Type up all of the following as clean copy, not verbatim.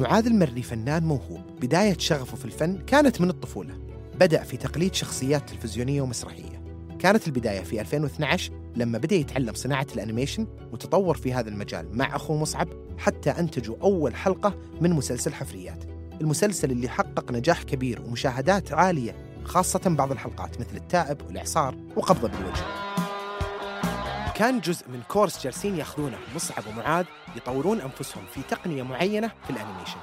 معاذ المري فنان موهوب، بداية شغفه في الفن كانت من الطفولة. بدأ في تقليد شخصيات تلفزيونية ومسرحية. كانت البداية في 2012 لما بدأ يتعلم صناعة الأنيميشن وتطور في هذا المجال مع أخوه مصعب، حتى أنتجوا أول حلقة من مسلسل حفريات، المسلسل اللي حقق نجاح كبير ومشاهدات عالية، خاصة بعض الحلقات مثل التائب والإعصار وقبضة بالوجه. كان جزء من كورس جالسين ياخذونه مصعب ومعاذ يطورون أنفسهم في تقنية معينة في الأنيميشن.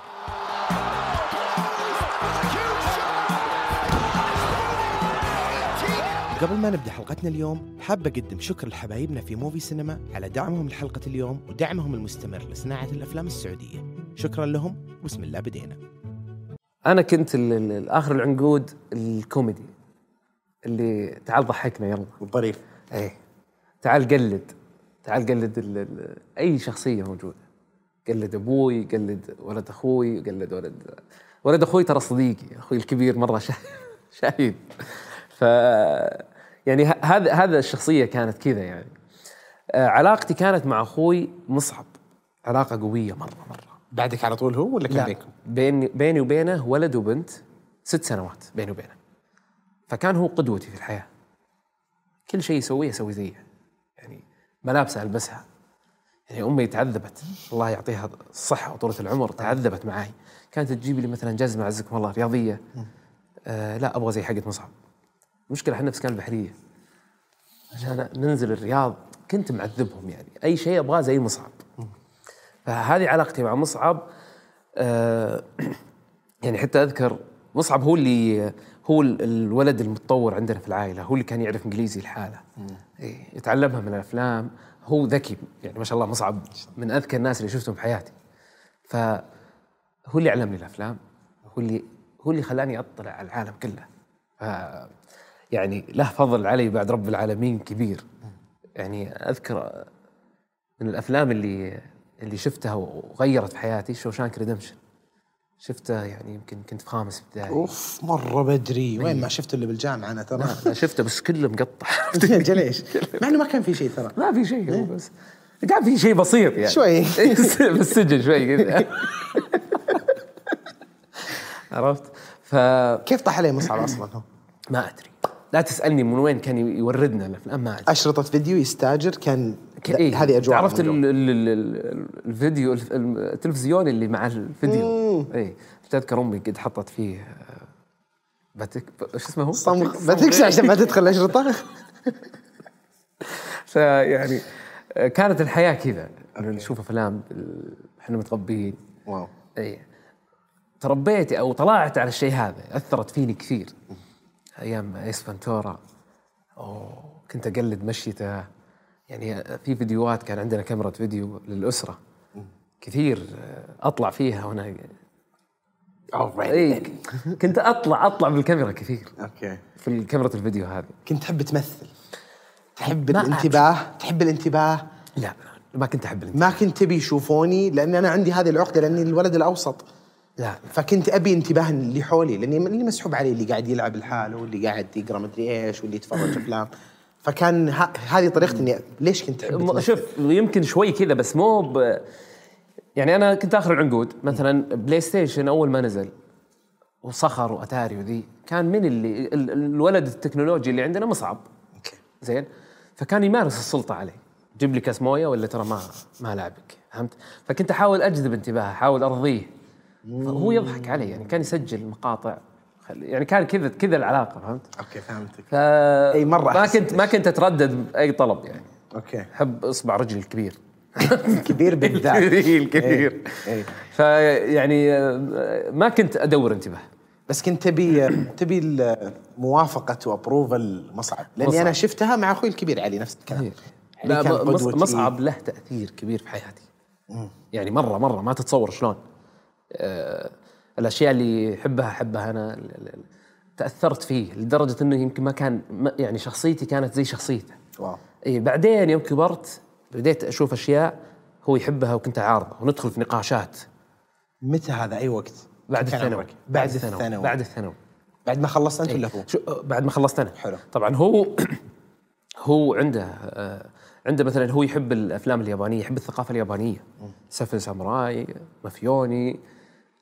قبل ما نبدأ حلقتنا اليوم، حاب أقدم شكر لحبايبنا في موفي سينما على دعمهم لحلقة اليوم ودعمهم المستمر لصناعة الأفلام السعودية. شكرا لهم، بسم الله بدينا. أنا كنت الآخر العنقود الكوميدي اللي تعال ضحكنا يلا الظريف. إيه تعال قلد أي شخصية موجودة. قلد أبوي، قلد ولد أخوي، قلد ولد أخوي، ترى صديقي أخوي الكبير مرة شاهد. يعني هذا الشخصية كانت كذا يعني. علاقتي كانت مع أخوي مصعب علاقة قوية مرة. بعدك على طول هو ولا كان بينكم؟ بيني وبينه ولد وبنت 6 سنوات بيني وبينه. فكان هو قدوتي في الحياة، كل شيء يسويه أسوي زيه. يعني ملابسه ألبسها. يعني أمي تعذبت الله يعطيها الصحة وطولة العمر، تعذبت معاي. كانت تجيب لي مثلا جزمة عزكم الله رياضية، لا أبغى زي حقة مصعب. مشكلة احنا في اسكان البحرية عشان ننزل الرياض كنت معذبهم، يعني أي شيء أبغاه زي مصعب. فهذه علاقتي مع مصعب. يعني حتى أذكر مصعب هو الولد المتطور عندنا في العائلة، هو اللي كان يعرف إنجليزي الحالة، يتعلمها من الأفلام. هو ذكي يعني ما شاء الله. مصعب من أذكى الناس اللي شفتهم بحياتي. فهو اللي علمني الأفلام، هو اللي خلاني أطلع على العالم كله. يعني له فضل علي بعد رب العالمين كبير. يعني أذكر من الأفلام اللي شفتها وغيرت في حياتي شوشانك ريدمشن. شفته يعني يمكن كنت في 5 ابتدائي. اوف مرة بدري. وين ما شفته اللي بالجامعة أنا ترى. لا شفته بس كله مقطع. ليش؟ مع إنه ما كان في شيء ترى. ما في شيء بس كان في شيء بسيط يعني شوي بالسجن شوي كذا. عرفت؟ كيف طاح عليه مصعب أصلاً هو؟ ما أدري، لا تسألني من وين كان يوردنا الأفلام، ما أدري. أشرطة فيديو يستاجر كان إيه؟ هذه أجواء. عرفت الفيديو التلفزيون اللي مع الفيديو. إيه تذكر أمي قد حطت فيه إيش اسمه هو؟ صمغ بتكسر عشان ما تدخل الأشرطة. فيعني كانت الحياة كذا، نشوف أفلام إحنا متربيين. واو. إيه تربيت أو طلعت على الشيء هذا، أثرت فيني كثير. أيام إيس فانتورا كنت أقلد مشيته. يعني في فيديوهات كان عندنا كاميرا فيديو للأسرة كثير أطلع فيها وأنا إيه كنت أطلع بالكاميرا كثير. أوكي. في الكاميرا الفيديو هذه كنت تحب تمثل، تحب الانتباه، تحب الانتباه. لا ما كنت أحب الانتباه. ما كنت تبي يشوفوني لأن أنا عندي هذه العقدة لأني الولد الأوسط. لا فكنت أبي انتباه اللي حولي، لأني اللي مسحوب عليه اللي قاعد يلعب الحال واللي قاعد يقرأ مدري إيش واللي يتفرج أفلام. فكان هذه طريقتي. إني ليش كنت تحب شوف يمكن شوي كذا بس مو يعني أنا كنت آخر العنقود مثلا بلاي ستيشن أول ما نزل وصخر وأتاري وذي، كان من اللي الولد التكنولوجي اللي عندنا مصعب. زين، فكان يمارس السلطة عليه، جيب لي كاس موية ولا ترى ما لعبك، فهمت؟ فكنت أحاول أجذب انتباهه، أحاول أرضيه. فهو يضحك علي، يعني كان يسجل مقاطع، يعني كان كذا العلاقة، فهمت؟ أوكي فهمتك. أي مرة ما كنت أتردد بأي طلب يعني. أوكي. أحب إصبع رجل الكبير. كبير بالذات. الكبير. فيعني ما كنت أدور انتباه، بس كنت تبي الموافقة وابروفل مصعب، لأني أنا شفتها مع أخوي الكبير علي نفس الكلام. لا مصعب له تأثير كبير في حياتي. يعني مرة ما تتصور شلون. الأشياء اللي أحبها أنا تأثرت فيه لدرجة إنه يمكن ما كان يعني شخصيتي كانت زي شخصيته. واو. إيه بعدين يوم كبرت بديت أشوف أشياء هو يحبها وكنت أعارضه وندخل في نقاشات. متى هذا؟ أي وقت؟ بعد الثانوي. بعد ما خلصت أنت ولا هو؟ بعد ما خلصت أنا. حلو. طبعا هو عنده مثلا هو يحب الأفلام اليابانية، يحب الثقافة اليابانية. 7 ساموراي، مافيوني،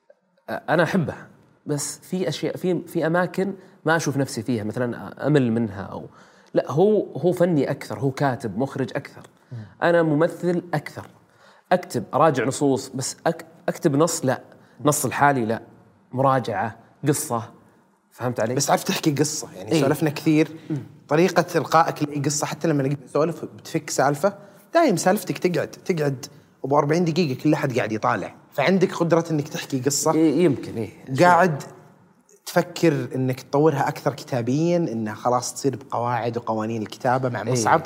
انا احبها، بس في اشياء في اماكن ما اشوف نفسي فيها، مثلا امل منها، او لا هو فني اكثر، هو كاتب مخرج اكثر. انا ممثل اكثر، اكتب اراجع نصوص، بس اكتب نص لا، نص الحالي لا، مراجعه قصه. فهمت علي؟ بس عرفت تحكي قصه يعني. سولفنا كثير طريقه القائك لقصه، حتى لما نقعد نسولف بتفك سالفه دايم سالفتك تقعد ابو 40 دقيقه كل احد قاعد يطالع، فعندك قدره انك تحكي قصه. يمكن قاعد تفكر انك تطورها اكثر كتابيا، انها خلاص تصير بقواعد وقوانين الكتابه مع مصعب.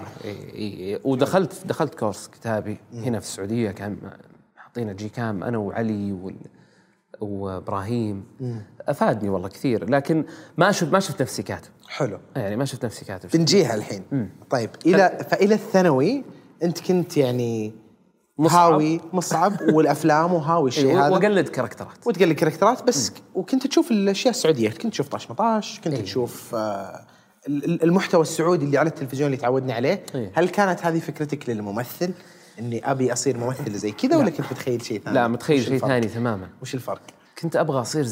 ودخلت كورس كتابي هنا في السعوديه، كان حاطينا جي كام انا وعلي وابراهيم. افادني والله كثير، لكن ما شفت نفسي كاتب. حلو، يعني ما شفت نفسي كاتب. بنجيها الحين. طيب فإلى الثانوي انت كنت يعني هاوي مصعب والافلام وهاوي الشيء هذا، وتقلد كاركترات بس. وكنت تشوف الاشياء السعوديه، كنت تشوف طاش مطاش، كنت تشوف المحتوى السعودي اللي على التلفزيون اللي تعودنا عليه. هل كانت هذه فكرتك للممثل، اني ابي اصير ممثل زي كذا، ولا كنت متخيل شيء ثاني؟ لا، متخيل شيء ثاني تماما. وش الفرق؟ كنت ابغى اصير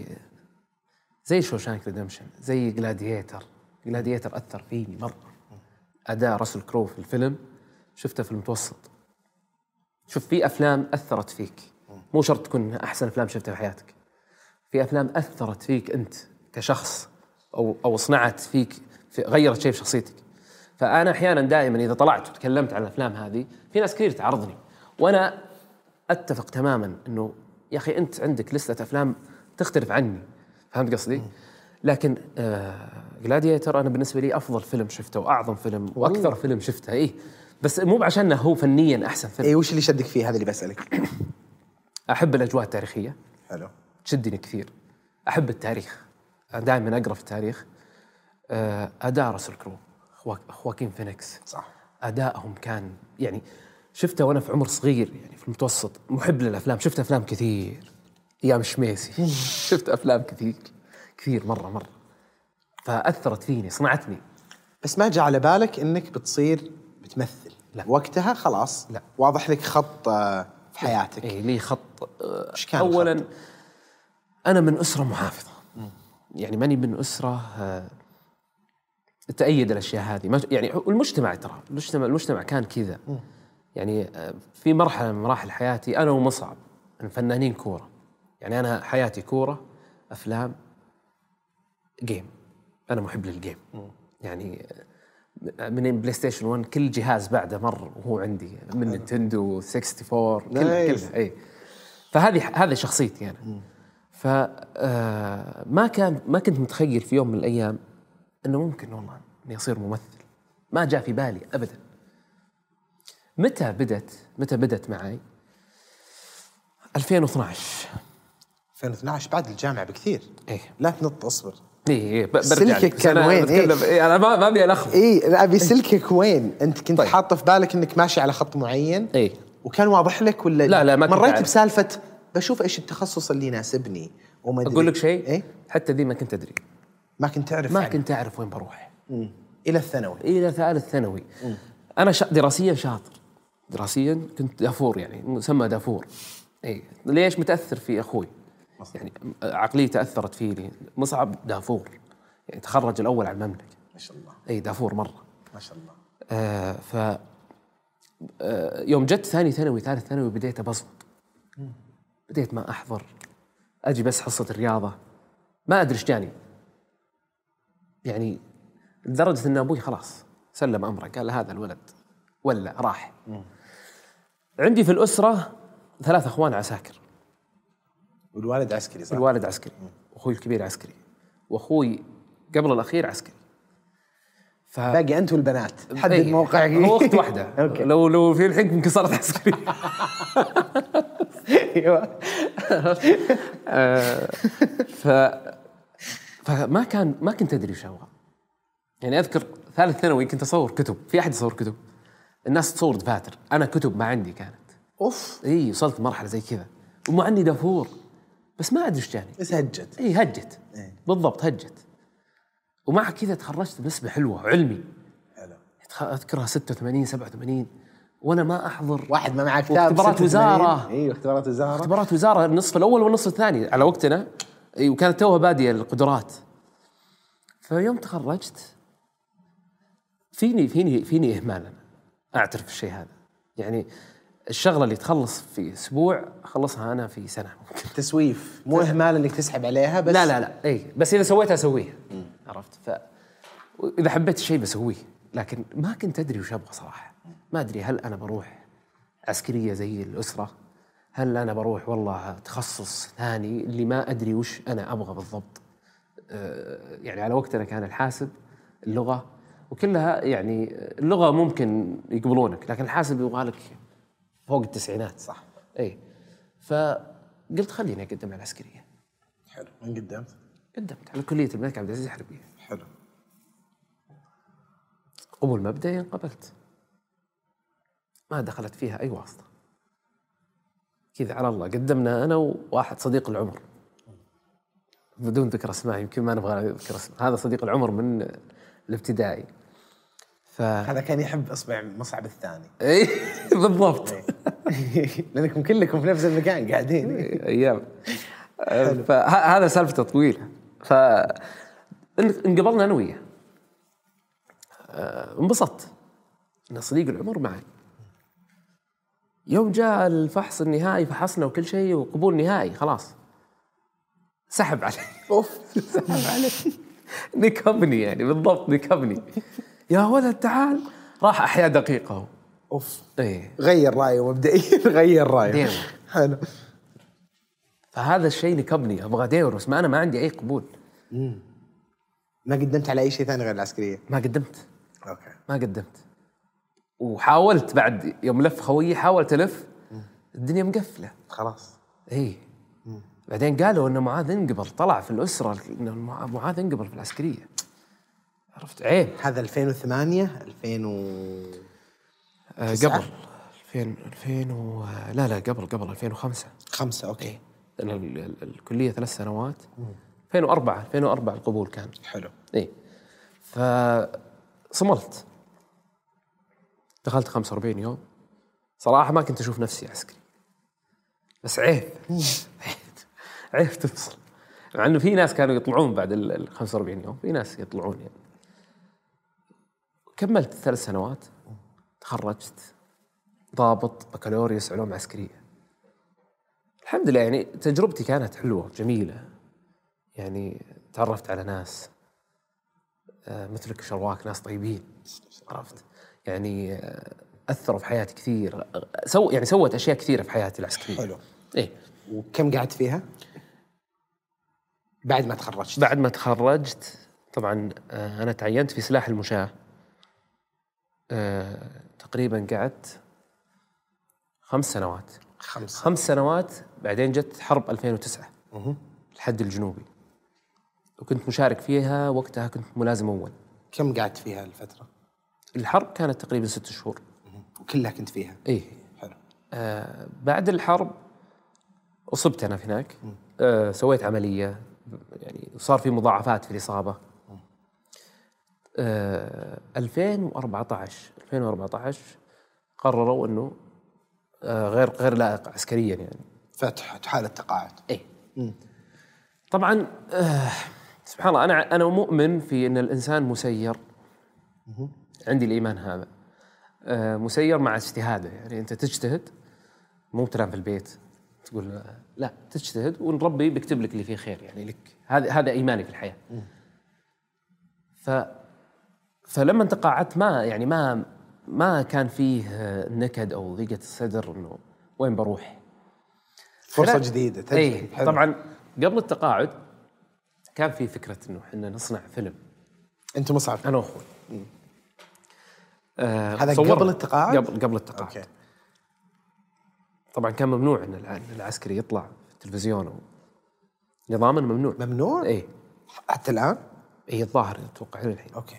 زي شوشانك ريدمشن، زي جلاديتر اثر فيني مره. اداء راسل كرو في الفيلم شفته في المتوسط. شوف، في أفلام أثرت فيك، مو شرط تكون أحسن أفلام شفتها في حياتك. في أفلام أثرت فيك أنت كشخص، أو صنعت فيك، غيرت شيء في شخصيتك. فأنا أحيانا دائما إذا طلعت وتكلمت عن الأفلام هذه، في ناس كثير تعرضني، وأنا أتفق تماما أنه يا أخي أنت عندك لستة أفلام تختلف عني. فهمت قصدي؟ لكن جلاديتر أنا بالنسبة لي أفضل فيلم شفته، وأعظم فيلم وأكثر فيلم شفته. بس مو بعشانه هو فنيا أحسن فيلم. وش اللي شدك فيه؟ هذا اللي بسألك. أحب الأجواء التاريخية. حلو. تشدني كثير. أحب التاريخ، دائما أقرأ في التاريخ. أداء راسل كرو، خواكين فينيكس، صح. أدائهم كان يعني شفته وأنا في عمر صغير، يعني في المتوسط، محب للأفلام. شفت أفلام كثير أيام شميسي. شفت أفلام كثير مرة، فأثرت فيني، صنعتني. بس ما جاء على بالك إنك بتصير بتمثل؟ لا. وقتها خلاص. لا. واضح لك خط في حياتك. لي خط. إيش كان أولاً الخط؟ أنا من أسرة محافظة. يعني ماني من أسرة تأيد الأشياء هذه. يعني المجتمع، ترى المجتمع كان كذا. يعني في مرحلة من مراحل حياتي أنا ومصعب فنانين كورة. يعني أنا حياتي كورة، أفلام، جيم. أنا محب للجيم. يعني من بلاي ستيشن 1 كل جهاز بعده مر وهو عندي، من نينتندو 64 كلها. فهذه شخصيتي أنا. ما كنت متخيل في يوم من الأيام أنه ممكن والله أني أصير ممثل. ما جاء في بالي أبدا. متى بدت معي؟ 2012 بعد الجامعة بكثير. لا تنط، أصبر. سلكك كان وين؟ أنا ما أبي ألخبط. لا أبي سلكك وين؟ أنت كنت حاطة في بالك إنك ماشي على خط معين؟ وكان واضح لك ولا لا ما مريت بسالفة بشوف إيش التخصص اللي يناسبني وما أدري؟ أقول لك شيء. حتى ذي ما كنت أدري. ما كنت تعرف؟ ما كنت أعرف وين بروح. إلى الثانوي. إلى ثالث ثانوي. أنا دراسيا شاطر. دراسيا كنت دافور، يعني مسمى دافور. ليش؟ متأثر في أخوي. يعني عقليته أثرت فيني. مصعب دافور، يعني تخرج الأول على المملكة. ما شاء الله. دافور مرة. ما شاء الله. يوم جت ثاني ثانوي ثالث ثانوي بديت أبسط. بديت ما أحضر، أجي بس حصة الرياضة، ما أدري إيش جاني. يعني لدرجة أن أبوي خلاص سلم أمره، قال هذا الولد ولا راح. عندي في الأسرة 3 أخوان عساكر. والوالد عسكري صح؟ الوالد عسكري، وأخوي الكبير عسكري، وأخوي قبل الأخير عسكري. باقي أنت والبنات. حدد موقعك. هو أخت واحدة. لو في الحين يمكن صارت عسكري. فما كنت أدري وش أبغى. يعني أذكر ثالث ثانوي كنت أصور كتب. في أحد يصور كتب؟ الناس تصور دفاتر، أنا كتب ما عندي كانت. وصلت مرحلة زي كذا، ومع أني دافور بس ما أدري إيش جاني. بس هجت. هجت. بالضبط هجت. ومع كذا تخرجت بنسبة حلوة علمي. أذكرها 86 87، وانا ما احضر واحد ما معك كتاب. اختبارات وزاره. ايوه اختبارات وزاره. اختبارات وزاره النصف الاول والنصف الثاني على وقتنا. وكانت توها باديه القدرات. فيوم تخرجت فيني اهمال، اعترف الشيء هذا. يعني الشغله اللي تخلص في اسبوع اخلصها انا في سنه ممكن. تسويف، مو اهمال انك تسحب عليها بس. لا اي بس اذا سويتها اسويها. عرفت؟ اذا حبيت الشيء بسويه، لكن ما كنت ادري وش ابغى صراحه. ما ادري هل انا بروح عسكريه زي الاسره، هل انا بروح والله تخصص ثاني اللي ما ادري وش انا ابغى بالضبط. يعني على وقتنا كان الحاسب، اللغه، وكلها يعني اللغه ممكن يقبلونك، لكن الحاسب يبغى لك فوق التسعينات. صح. اي فقلت خليني اقدم على العسكريه. حلو. من قدمت؟ قدمت على كليه الملك عبد العزيز الحربيه. حلو. قبول مبدئي انقبلت، ما دخلت فيها اي واسطه، كذا على الله. قدمنا انا وواحد صديق العمر بدون ذكر اسماء، يمكن ما نبغى نذكر اسماء. هذا صديق العمر من الابتدائي. هذا كان يحب اصبع مصعب الثاني. اي بالضبط. لانكم كلكم في نفس المكان قاعدين. ايام. فهذا سالفته طويله. انقبلنا انا وياه. انبسطت ان صديق العمر معي. يوم جاء الفحص النهائي فحصنا وكل شيء وقبول نهائي، خلاص سحب علي. سحب علي. نكبني يعني بالضبط، نكبني. يا ولد تعال. راح أحيا دقيقة. ايه غير رأيه مبدئيا. غير رأيه. حلو. فهذا الشيء نكبني. أبغى ديور بس ما عندي أي قبول. ما قدمت على أي شيء ثاني غير العسكرية؟ ما قدمت. أوكي. ما قدمت. وحاولت بعد يوم لف خويي، حاولت ألف، الدنيا مقفلة خلاص. إيه. بعدين قالوا إن معاذ انقبل، طلع في الأسرة إن معاذ انقبل في العسكرية. عرفت؟ عيب. هذا 2008 قبل 2000 لا قبل 2005. 5 أوكي. لأن الكلية 3 سنوات. 2004 القبول كان. حلو. إيه. فصملت. دخلت 45 يوم. صراحة ما كنت أشوف نفسي عسكري، بس عيب. عيب تفصل. مع إنه في ناس كانوا يطلعون بعد 45 يوم، في ناس يطلعون يعني. كملت 3 سنوات، تخرجت ضابط بكالوريوس علوم عسكرية. الحمد لله يعني تجربتي كانت حلوة جميلة. يعني تعرفت على ناس مثلك شرواك، ناس طيبين. عرفت؟ يعني أثروا في حياتي كثير. سوت أشياء كثيرة في حياتي العسكرية. حلو. إيه. وكم قعدت فيها؟ بعد ما تخرجت طبعا أنا تعينت في سلاح المشاة. تقريبا قعدت 5 سنوات. 5 سنوات. بعدين جت حرب 2009 الحد الجنوبي، وكنت مشارك فيها. وقتها كنت ملازم أول. كم قعدت فيها الفترة؟ الحرب كانت تقريبا 6 شهور. وكلها كنت فيها؟ إيه. حلو. بعد الحرب أصبت أنا في هناك. سويت عملية، يعني صار في مضاعفات في الإصابة. 2014 قرروا إنه غير لائق عسكريا، يعني فتح حالة تقاعد. إيه. طبعا سبحان الله، أنا مؤمن في إن الإنسان مسير. عندي الإيمان هذا. مسير مع اجتهاده. يعني أنت تجتهد، مو تنام في البيت تقول لا، تجتهد ونربي بيكتب لك اللي فيه خير. يعني لك هذا إيماني في الحياة. فلما تقاعدت ما كان فيه نكد أو ضيقة الصدر إنه وين بروح. فرصة جديدة. أي طبعا. قبل التقاعد كان في فكرة إنه إحنا نصنع فيلم. أنت مصعب؟ أنا وأخوي. هذا قبل التقاعد؟ قبل التقاعد. أوكي. طبعا كان ممنوع إن العسكري يطلع في التلفزيون، نظاما ممنوع. إيه. حتى الآن؟ إيه الظاهر أتوقع الحين. أوكي.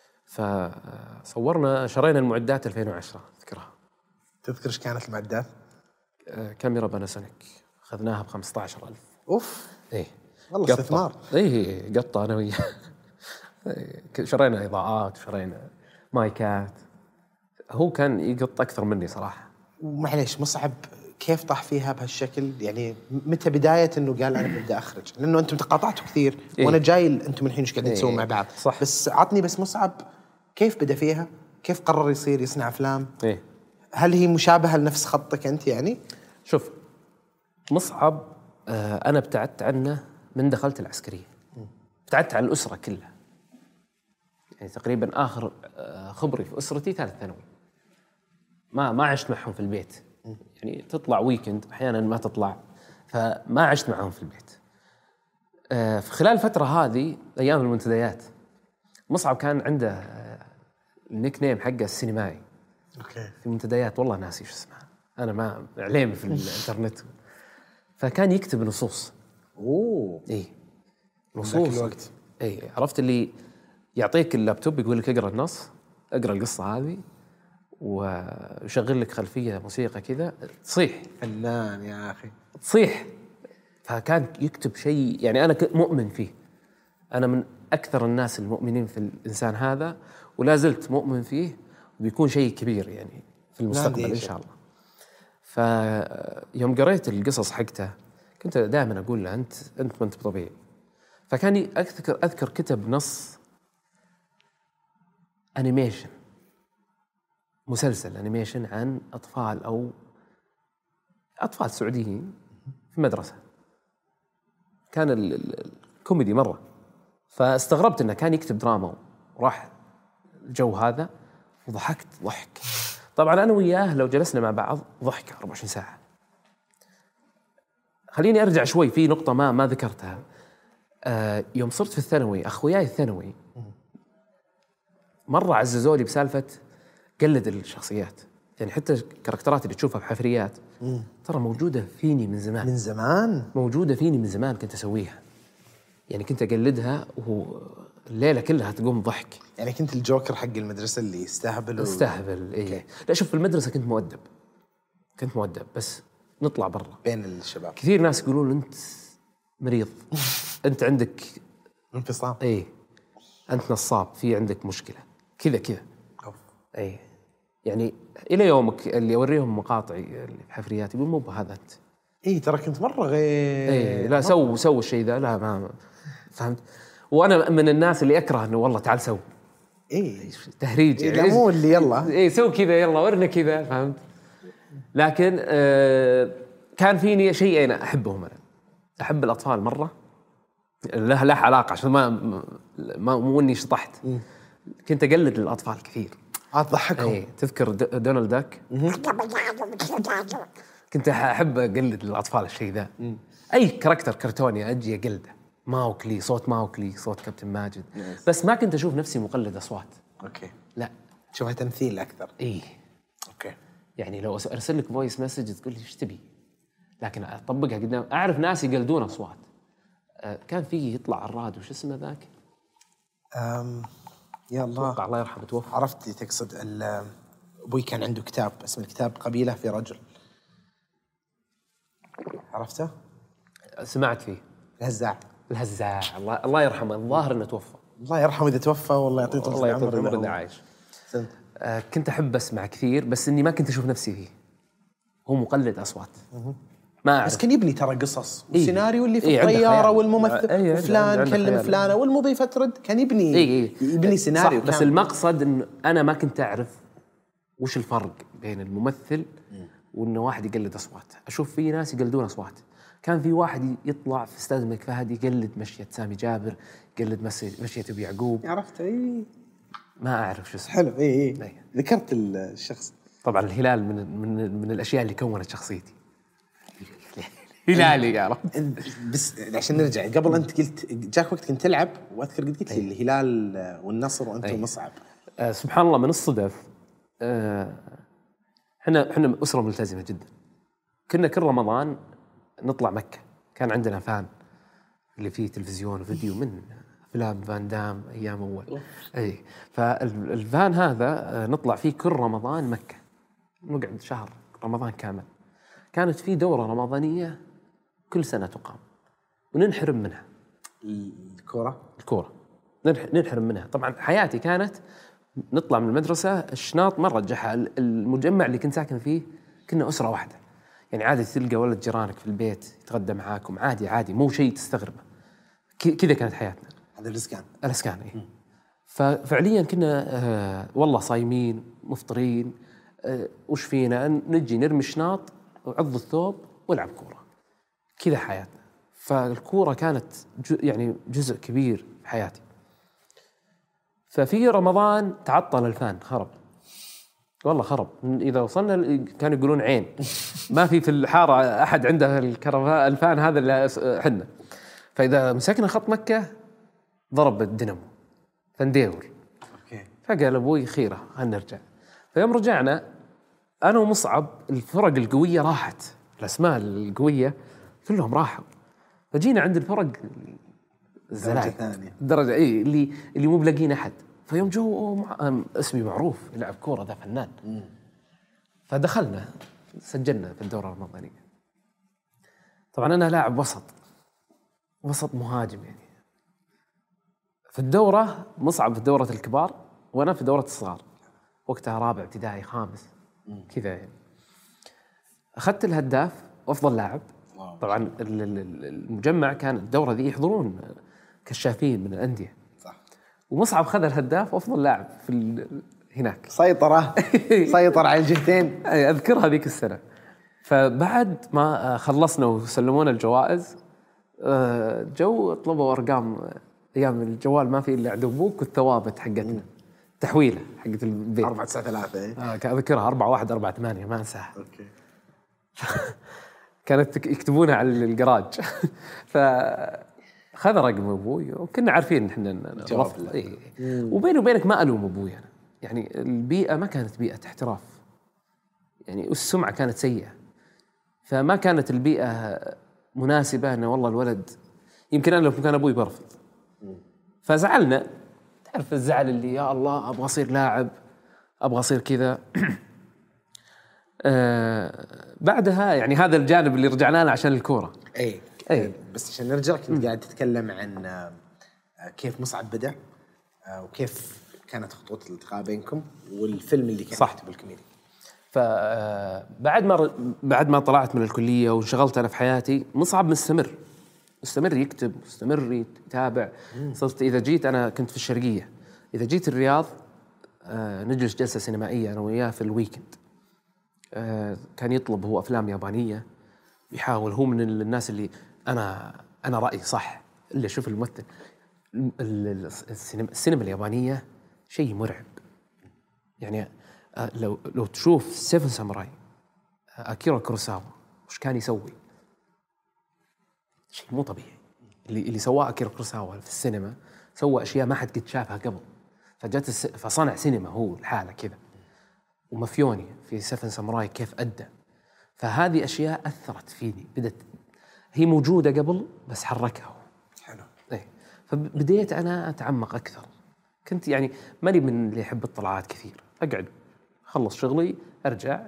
شرينا المعدات 2010 أذكرها. تذكر إيش كانت المعدات؟ كاميرا باناسونيك أخذناها ب15,000. أوف. إيه والله استثمار. إيه قطة أنا وياه. شرينا إضاءات، شرينا مايكات، هو كان يقط اكثر مني صراحه. ومعليش مصعب كيف طاح فيها بهالشكل؟ يعني متى بداية انه قال انا بدي اخرج؟ لانه انتم تقاطعتوا كثير وانا جاي انتم الحين ايش قاعدين تسوون مع بعض؟ صح. بس عطني بس مصعب كيف بدا فيها؟ كيف قرر يصير يصنع افلام؟ هل هي مشابهة لنفس خطك انت يعني؟ شوف مصعب انا ابتعدت عنه من دخلت العسكريه، ابتعدت عن الاسره كلها. يعني تقريبا اخر خبري في اسرتي ثالث ثانوي، ما عشت معهم في البيت. يعني تطلع ويكند احيانا ما تطلع، فما عشت معهم في البيت. في خلال الفتره هذه ايام المنتديات مصعب كان عنده النيك نيم حقه السينمائي. اوكي. في منتديات والله ناسي شو اسمها، انا ما عليم في الانترنت. فكان يكتب نصوص. اي نصوص ذاك الوقت. اي عرفت اللي يعطيك اللابتوب يقول لك اقرا النص، اقرا القصه هذه ويشغل لك خلفيه موسيقى كذا تصيح. فنان يا اخي تصيح. فكان يكتب شيء يعني انا مؤمن فيه. انا من اكثر الناس المؤمنين في الانسان هذا، ولا زلت مؤمن فيه، وبيكون شيء كبير يعني في المستقبل ان شاء الله. فيوم قريت القصص حقته كنت دائما اقول له انت ما انت طبيعي. فكان اذكر كتب نص انيميشن، مسلسل انيميشن عن اطفال او اطفال سعوديين في مدرسه. كان الكوميدي مره، فاستغربت انه كان يكتب دراما وراح الجو هذا، وضحكت ضحك. طبعا انا وياه لو جلسنا مع بعض ضحك 24 ساعه. خليني ارجع شوي في نقطه ما ذكرتها. يوم صرت في الثانوي اخوياي الثانوي مره عززوا لي بسالفه قلد الشخصيات. يعني حتى الكاركترات اللي تشوفها بحفريات ترى موجوده فيني من زمان. من زمان موجوده فيني من زمان، كنت اسويها. يعني كنت اقلدها والليله كلها تقوم ضحك. يعني كنت الجوكر حق المدرسه اللي يستهبل اي. لا شوف في المدرسه كنت مؤدب بس نطلع برا بين الشباب. كثير ناس يقولون انت مريض انت عندك انفصام. اي انت نصاب، في عندك مشكله كذا. اي يعني الى يومك اللي اوريهم مقاطعي اللي في حفريات يقول مو بهذا انت. اي ترى كنت مره غير. اي لا سووا الشيء ذا. لا ما فهمت. وانا من الناس اللي اكره انه والله تعال سوي تهريج. يعني مو اللي يلا سوي كذا يلا ورنا كذا، فهمت. لكن كان فيني شيء انا احبهم. انا احب الاطفال مره، له علاقه عشان ما مو اني شطحت. كنت اقلد الاطفال كثير اضحكهم. تذكر دونالد داك؟ كنت احب اقلد الاطفال الشيء ذا. اي كاركتر كرتوني اجي اقلده. ماوكلي، صوت كابتن ماجد. بس ما كنت اشوف نفسي مقلد اصوات. اوكي. لا تشوفها تمثيل اكثر. اوكي. يعني لو ارسل لك فويس مسج تقول لي ايش تبي، لكن اطبقها قدام. اعرف ناس يقلدون اصوات. كان في يطلع الراد وش اسمه ذاك؟ يا الله الله يرحمه توفى. عرفت تقصد ابوي كان عنده كتاب اسم الكتاب قبيله في رجل. عرفته؟ سمعت فيه. الهزاع الله يرحمه. الظاهر انه توفى. الله يرحمه اذا توفى والله يعطيه طول العمر اللي عايش. كنت احب اسمع كثير بس اني ما كنت اشوف نفسي فيه. هو مقلد اصوات. ما أعرف. بس كان يبني ترى قصص والسيناريو اللي في الطياره والممثل وفلان كلم فلانه والمضيفه ترد. كان يبني يبني سيناريو. بس المقصد انه انا ما كنت اعرف وش الفرق بين الممثل وانه واحد يقلد اصوات. اشوف في ناس يقلدون اصوات. كان في واحد يطلع في استاذ الملك فهد يقلد مشية سامي جابر، يقلد مشية ابو يعقوب. عرفت؟ ما اعرف شو اسمه. حلو. ذكرت الشخص. طبعا الهلال من الاشياء اللي كونت شخصيتي. هلالي يا رب. بس عشان نرجع قبل، انت قلت جاك وقت كنت تلعب واذكر قلت لي الهلال والنصر وانت ومصعب. سبحان الله من الصدف. احنا اسره ملتزمه جدا. كنا كل رمضان نطلع مكه. كان عندنا فان اللي فيه تلفزيون وفيديو من افلام فان دام ايام اول. فالفان هذا نطلع فيه كل رمضان مكه، نقعد شهر رمضان كامل. كانت في دوره رمضانيه كل سنه تقام وننحرم منها. الكوره ننحرم منها. طبعا حياتي كانت نطلع من المدرسة الشناط مرة جحا. المجمع اللي كنت ساكن فيه كنا أسرة واحدة، يعني عادي تلقى ولد جيرانك في البيت يتغدى معاكم عادي مو شيء تستغربه. كذا كانت حياتنا. هذا الإسكان إيه. ففعليا كنا والله صايمين مفطرين، وش فينا نجي نرمي الشناط وعض الثوب ونلعب كورة. كذا حياتنا. فالكورة كانت يعني جزء كبير في حياتي. ففي رمضان تعطل الفان، خرب والله خرب. إذا وصلنا كانوا يقولون عين ما في الحارة أحد عنده الفان هذا اللي حنا. فإذا مسكنا خط مكة ضرب الدينامو فنديور. فقال أبوي خيرة هنرجع. فيوم رجعنا أنا ومصعب الفرق القوية راحت، الأسماء القوية كلهم راحوا. فجينا عند الفرق الزلاعي درجة إيه اللي مو بلاقين أحد. فيوم جو اسمي معروف يلعب كورة ذا فنان. فدخلنا سجلنا في الدورة الرمضانية. طبعا أنا لاعب وسط مهاجم يعني. في الدورة مصعب في دورة الكبار وأنا في دورة الصغار، وقتها رابع ابتدائي خامس كذا يعني. أخذت الهداف وأفضل لاعب. طبعا المجمع كان الدورة ذي يحضرون كشافين من الأندية صح. ومصعب خذ الهداف وأفضل لاعب في هناك. سيطر على الجهتين. أذكر هذيك السنة. فبعد ما خلصنا وسلمونا الجوائز جو طلبوا أرقام. أيام الجوال ما في إلا عند أبوك والثوابت حقتنا تحويلة حقت البيت 493 أذكرها 41 48 ما أنساها. كانت يكتبونها على الجراج. فخذ رقم أبوي وكنا عارفين إحنا نرفض. إيه. وبيني وبينك ما ألوم أبوي أنا. يعني البيئة ما كانت بيئة احتراف يعني، والسمعة كانت سيئة. فما كانت البيئة مناسبة أنه والله الولد يمكن أنا لو كان أبوي برفض. فزعلنا، تعرف الزعل اللي يا الله أبغى أصير لاعب أبغى أصير كذا. بعدها يعني هذا الجانب اللي رجعنا له عشان الكورة. أي. بس عشان نرجع كنت قاعد تتكلم عن كيف مصعب بدأ وكيف كانت خطوة الالتقاء بينكم والفيلم اللي كان يكتب الكوميدي. بعد ما طلعت من الكلية وانشغلت أنا في حياتي، مصعب مستمر يكتب، مستمر يتابع. صرت إذا جيت، أنا كنت في الشرقية، إذا جيت الرياض نجلس جلسة سينمائية أنا وياه في الويكند. كان يطلب هو أفلام يابانية، يحاول هو من الناس اللي أنا رأيي صح اللي أشوف الممثل. السينما اليابانية شيء مرعب يعني. لو تشوف 7 ساموراي أكيرا كوروساوا وش كان يسوي، شيء مو طبيعي. اللي سواه أكيرا كوروساوا في السينما سوى أشياء ما حد قد شافها قبل. فصنع سينما هو الحالة كذا. ومافيوني في 7 ساموراي كيف أدى. فهذه أشياء أثرت فيني، بدت هي موجودة قبل بس حركها. حلو. إيه. فبديت أنا أتعمق أكثر. كنت يعني ماني من اللي يحب الطلعات كثير، أقعد خلص شغلي أرجع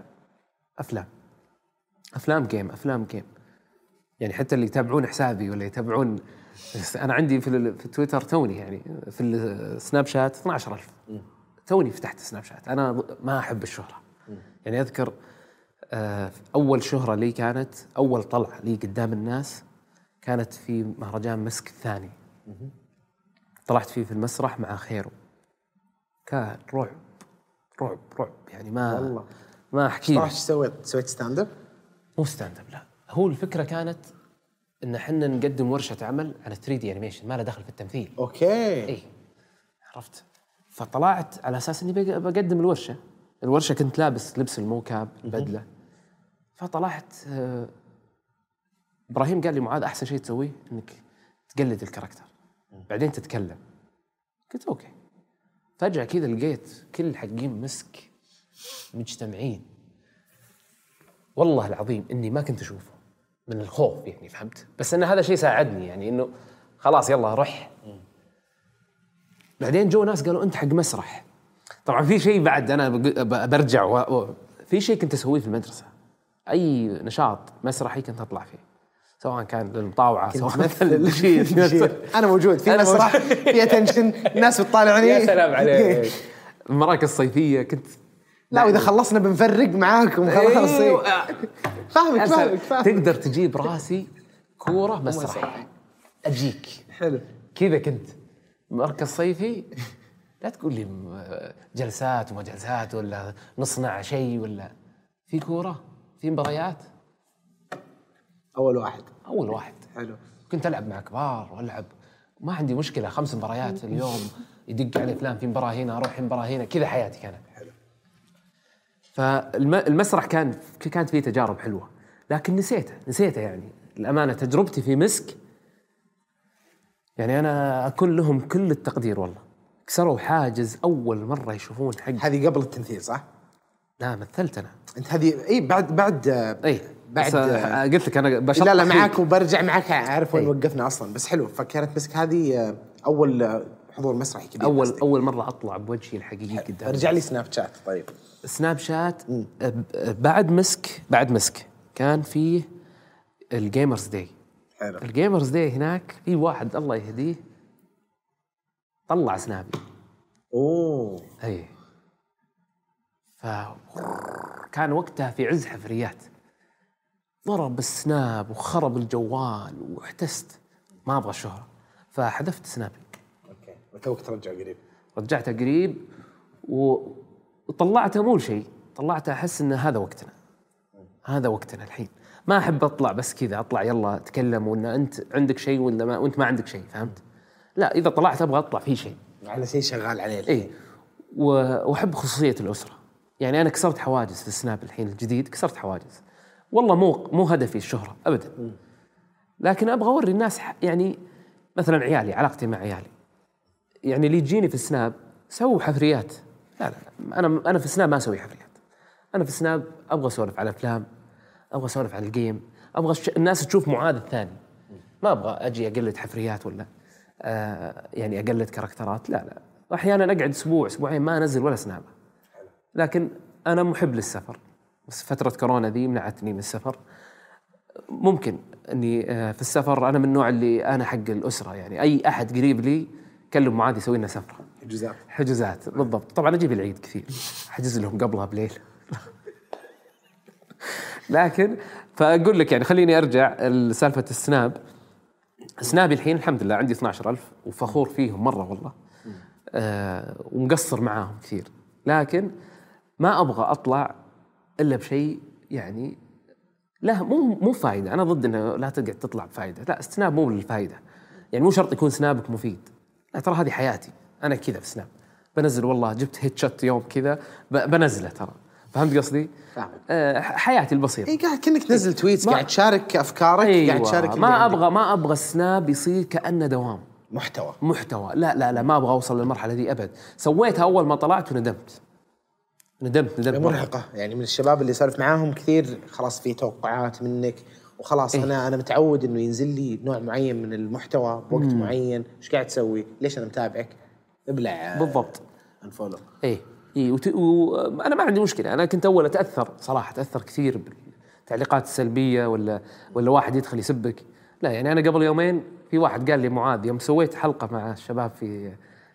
أفلام جيم يعني. حتى اللي يتابعون حسابي ولا يتابعون، أنا عندي في تويتر توني يعني في السناب شات 12,000. توني فتحت سناب شات. أنا ما أحب الشهرة يعني. أذكر أول شهرة لي كانت أول طلعة لي قدام الناس كانت في مهرجان مسك الثاني. طلعت فيه في المسرح مع خيرو. كان رعب يعني. ما أحكي. ايش سويت ستاند اب؟ مو ستاند اب، لا. هو الفكرة كانت إن حنا نقدم ورشة عمل على 3D أنيميشن، ما له دخل في التمثيل. أوكي. إيه عرفت. فطلعت على أساس إني بقدم الورشة كنت لابس لبس الموكاب البدلة. فطلعت إبراهيم قال لي معاذ أحسن شيء تسويه إنك تقلد الكاركتر بعدين تتكلم. قلت أوكي. فجأة كذا لقيت كل حقين مسك مجتمعين، والله العظيم إني ما كنت أشوفه من الخوف يعني، فهمت؟ بس إن هذا شيء ساعدني يعني إنه خلاص يلا روح. بعدين جو ناس قالوا أنت حق مسرح. طبعا في شيء بعد أنا برجع في شيء كنت أسويه في المدرسة، أي نشاط مسرحي كنت أطلع فيه، سواء كان للمطاوعة سواء مثل شيء. أنا موجود في مسرح في أتنشن، الناس بتطالعني. يا سلام عليك. المراكز الصيفية كنت لا وإذا خلصنا بنفرق معاكم خلاص. فاهمك. تقدر تجيب راسي كورة مسرح أجيك. حلو كذا كنت مركز صيفي. لا تقول لي جلسات وما جلسات ولا نصنع شيء ولا في كورة في مباريات. أول واحد. حلو. كنت ألعب مع كبار وألعب ما عندي مشكلة 5 مباريات اليوم يدق علي فلان في مباراة هنا أروح مباراة هنا كذا حياتي كانت. حلو. فالمسرح كانت فيه تجارب حلوة لكن نسيته يعني الأمانة. تجربتي في مسك يعني أنا أكون لهم كل التقدير والله. كسروا حاجز أول مرة يشوفون حق. هذه قبل التمثيل صح؟ لا مثلت أنا. أنت هذه بعد قلت لك أنا بشرح. لا معاك وبرجع معاك أعرف وين وقفنا أصلا. بس حلو. فكانت مسك هذه أول حضور مسرحي كبير. أول مرة أطلع بوجهي الحقيقي قدام. رجع لي سناب شات. طيب سناب شات بعد مسك كان فيه الجيمرز داي. حلو. الجيمرز داي هناك في واحد الله يهديه طلع سنابي. أوه. أي. فكان وقتها في عز حفريات ضرب السناب وخرب الجوال واحتست ما أبغى الشهرة فحذفت سنابي. أوكي. وتوك ترجع قريب. رجعته قريب وطلعته مو شيء. طلعته أحس إن هذا وقتنا الحين. ما أحب أطلع بس كذا أطلع يلا تكلم وإن أنت عندك شيء وأنت ما عندك شيء. فهمت؟ لا إذا طلعت أبغى أطلع فيه شيء على شيء شغال عليه. إيه. وأحب خصوصية الأسرة. يعني أنا كسرت حواجز في السناب الحين الجديد. كسرت حواجز والله مو هدفي الشهرة أبدا. لكن أبغى أوري الناس يعني مثلا عيالي علاقتي مع عيالي يعني اللي يجيني في السناب سووا حفريات. لا أنا في السناب ما أسوي حفريات. أنا في السناب أبغى أسولف على أفلام أبغى أسولف عن الجيم أبغى الناس تشوف معاذ الثاني. ما أبغى أجي أقلد حفريات ولا يعني أقلد كاركترات. لا أحيانا أقعد أسبوعين ما أنزل ولا سناب. لكن أنا محب للسفر بس فترة كورونا ذي منعتني من السفر. ممكن أني في السفر أنا من النوع اللي أنا حق الأسرة يعني أي أحد قريب لي كلم معاذ يسوي لنا سفرة. حجوزات بالضبط. طبعا أجيب العيد كثير أحجز لهم قبلها بليل. لكن فأقول لك يعني خليني أرجع لسالفة السناب. سنابي الحين الحمد لله عندي 12,000 وفخور فيهم مرة والله. ومقصر معاهم كثير لكن ما أبغى أطلع إلا بشيء يعني لا مو فايدة. أنا ضد إنه لا تقعد تطلع بفايدة. لا السناب مو للفايدة يعني مو شرط يكون سنابك مفيد. لا ترى هذه حياتي أنا كذا في سناب بنزل والله جبت هيت شوت يوم كذا بنزله ترى. فهمت قصدي؟ حياتي البسيطة. إيه قاعد كأنك تنزل تويتس قاعد تشارك أفكارك. أيوة. قاعد تشارك ما أبغى السناب يصير كأنه دوام محتوى. لا ما أبغى أوصل للمرحلة دي أبد. سويتها أول ما طلعت وندمت مرهقة يعني من الشباب اللي سالف معاهم كثير خلاص في توقعات منك وخلاص. إيه؟ أنا متعود إنه ينزل لي نوع معين من المحتوى بوقت معين. إيش قاعد تسوي؟ ليش أنا متابعك؟ ابلع بالضبط انفولو. إيه وأنا ما عندي مشكلة. أنا كنت أول أتأثر كثير بالتعليقات السلبية ولا واحد يدخل يسبك. لا يعني أنا قبل يومين في واحد قال لي معاذ يوم سويت حلقة مع الشباب في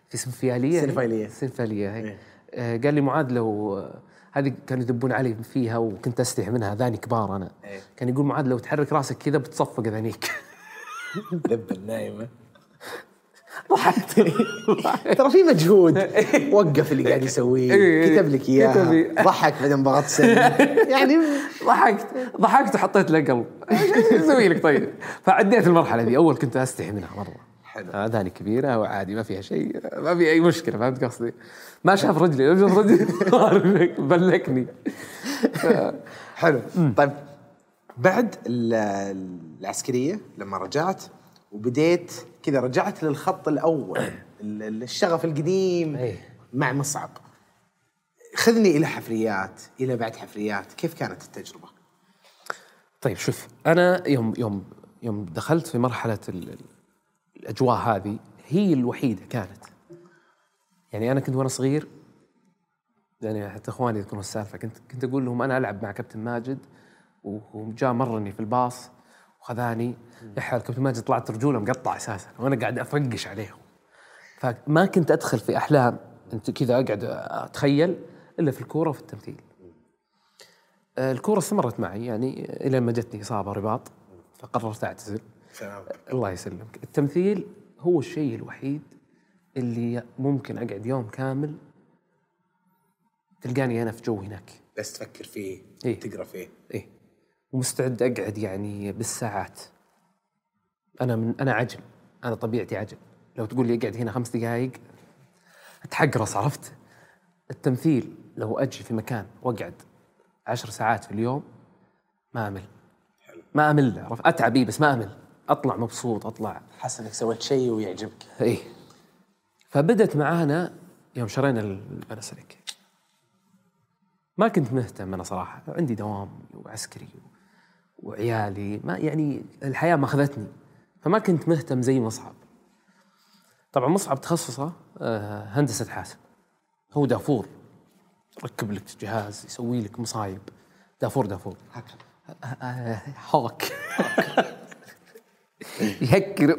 سنفالية إيه؟ قال لي معاذ لو هذه كانوا يذبون علي فيها وكنت أستحي منها ذاني كبار أنا. إيه؟ كان يقول معاذ لو تحرك راسك كذا بتصفق ذانيك. ذب النايمة. ضحكتني. ترى في مجهود. وقف اللي قاعد يسويه كتب لك إياها ضحك بعدين ضغط سن يعني ضحكت وحطيت له قلب. ايش اسوي لك طيب. فعديت المرحلة دي. أول كنت أستحي منها مرة. ذاني كبيرة وعادي ما فيها شيء ما في أي مشكلة. فهمت قصدي؟ ما شاف رجلي بلكني. حلو. طيب بعد العسكرية لما رجعت وبديت كذا رجعت للخط الأول الشغف القديم مع مصعب. خذني إلى حفريات إلى بعد حفريات. كيف كانت التجربة؟ طيب شوف أنا يوم دخلت في مرحلة الأجواء هذه هي الوحيدة كانت يعني أنا كنت وأنا صغير يعني حتى إخواني يذكرون السالفة كنت أقول لهم أنا ألعب مع كابتن ماجد وجاء مرني في الباص وخذاني يحال كابتن ماجد طلعت رجوله مقطع أساسا وأنا قاعد أفرقش عليهم. فما كنت أدخل في أحلام انت كذا اقعد اتخيل الا في الكوره وفي التمثيل. الكوره استمرت معي يعني الى ما جتني اصابه رباط فقررت اعتزل. الله يسلمك. التمثيل هو الشيء الوحيد اللي ممكن اقعد يوم كامل تلقاني انا في جو هناك بس تفكر فيه. إيه؟ تقرا فيه. ايه ومستعد اقعد يعني بالساعات. انا عجل، انا طبيعتي عجل. لو تقول لي اقعد هنا 5 دقائق اتحقرص. عرفت؟ التمثيل لو اجي في مكان واقعد 10 ساعات في اليوم ما امل. ما امل. عرفت؟ اتعب بس ما امل. اطلع مبسوط، اطلع حاسس انك سويت شيء ويعجبك. ايه. فبدت معانا يوم شرينا البنسلك. ما كنت مهتم انا صراحه، عندي دوام وعسكري وعيالي، ما يعني الحياه ما اخذتني، فما كنت مهتم زي مصعب. طبعا مصعب تخصصه هندسه حاسب. هو دافور، ركب لك جهاز، يسوي لك مصايب. دافور هاك يهكر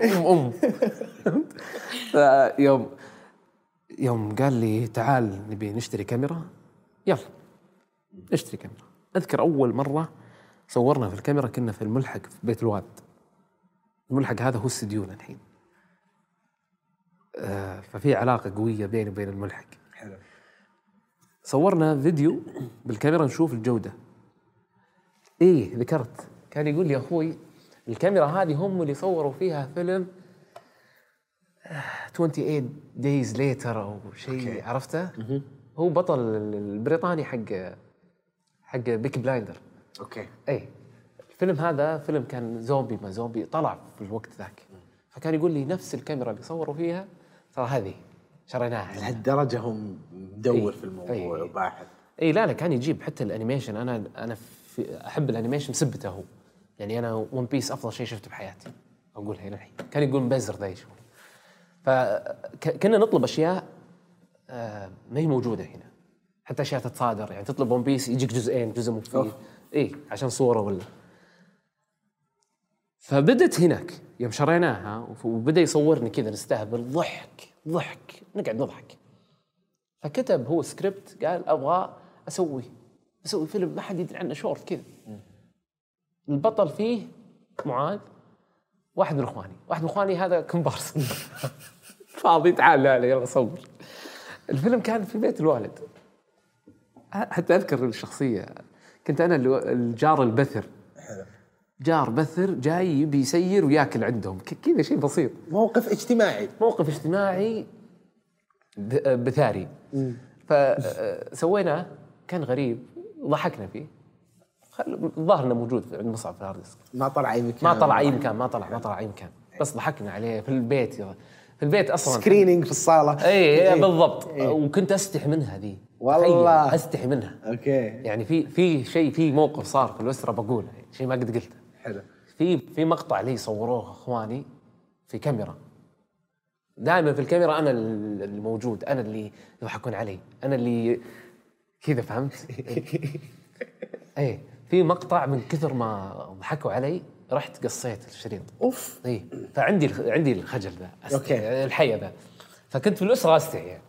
يوم قال لي تعال نبي نشتري كاميرا، يلا اشتري كاميرا. اذكر اول مره صورنا في الكاميرا كنا في الملحق في بيت الواد. الملحق هذا هو استديونا الحين. ففي علاقه قويه بيني وبين الملحق. حلو. صورنا فيديو بالكاميرا نشوف الجوده. ايه ذكرت كان يقول لي اخوي الكاميرا هذه هم اللي صوروا فيها فيلم 28 days later او شيء. عرفته؟ هو بطل البريطاني حق بيكي بلايندر. اوكي. اي الفيلم هذا فيلم كان زومبي، ما زومبي طلع في الوقت ذاك. فكان يقول لي نفس الكاميرا اللي صوروا فيها ترى هذه شريناها. لهالدرجه هم مدور في الموضوع وباحث. اي لا كان يجيب حتى الانيميشن. انا احب الانيميشن بسبته هو. يعني انا ون بيس افضل شيء شفته بحياتي اقولها هنا الحين. كان يقول مبزر ذا شو. فكنا نطلب اشياء ما هي موجوده هنا، حتى اشياء تتصادر. يعني تطلب ون بيس يجيك جزئين، جزء مو فيه اي عشان صوره ولا. فبدت هناك يوم شريناها وبدا يصورني كذا نستهبل، ضحك نقعد نضحك. فكتب هو سكريبت قال ابغى اسوي فيلم ما حد يدري عنه، شورت كذا. البطل فيه معاذ، واحد من اخواني هذا كومبارس فاضي تعال لا يلا صور. الفيلم كان في بيت الوالد. حتى اذكر الشخصيه كنت انا الجار البثر. جار بثر جاي يبي يسير وياكل عندهم كذا شيء بسيط. موقف اجتماعي بثاري. فسويناه كان غريب ضحكنا فيه. الظاهر انه موجود عند مصعب في الهارد ديسك. ما طلع اي مكان. بس ضحكنا عليه في البيت اصلا سكرينينج في الصاله. اي بالضبط. وكنت استحي منها ذي والله استحي منها. اوكي. يعني في موقف صار في الاسره بقوله شيء ما قد قلته. حلو. في مقطع لي صوروه اخواني في كاميرا. دائما في الكاميرا انا اللي موجود، انا اللي يضحكون علي، انا اللي كذا فهمت. ايه في مقطع من كثر ما ضحكوا علي رحت قصيت الشريط. اوف. ايه فعندي الخجل ذا. اوكي. الحية ذا. فكنت في الاسره استحي يعني.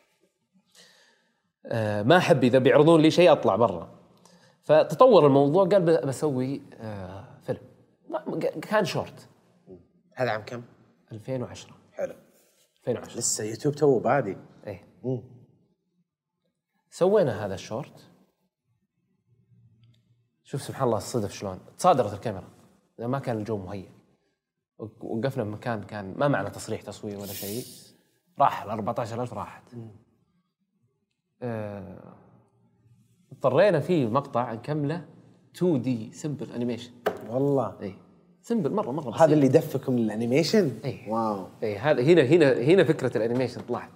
ما احب اذا بيعرضون لي شيء اطلع برا. فتطور الموضوع قال بسوي فيلم. كان شورت. هذا عام كم؟ 2010. حلو. 2010 لسه يوتيوب تو بادي. ايه. سوينا هذا الشورت. شوف سبحان الله الصدف شلون تصادرت الكاميرا. ما كان الجو مهيئ. وقفنا بمكان كان ما معنا تصريح تصوير ولا شيء. راح 14,000 راحت. اضطرينا فيه مقطع نكمله 2D سمبل انيميشن. والله اي سمبل مره بسيط. هذا اللي دفكم الانيميشن. ايه. واو. ايه هذا هنا فكره الانيميشن طلعت.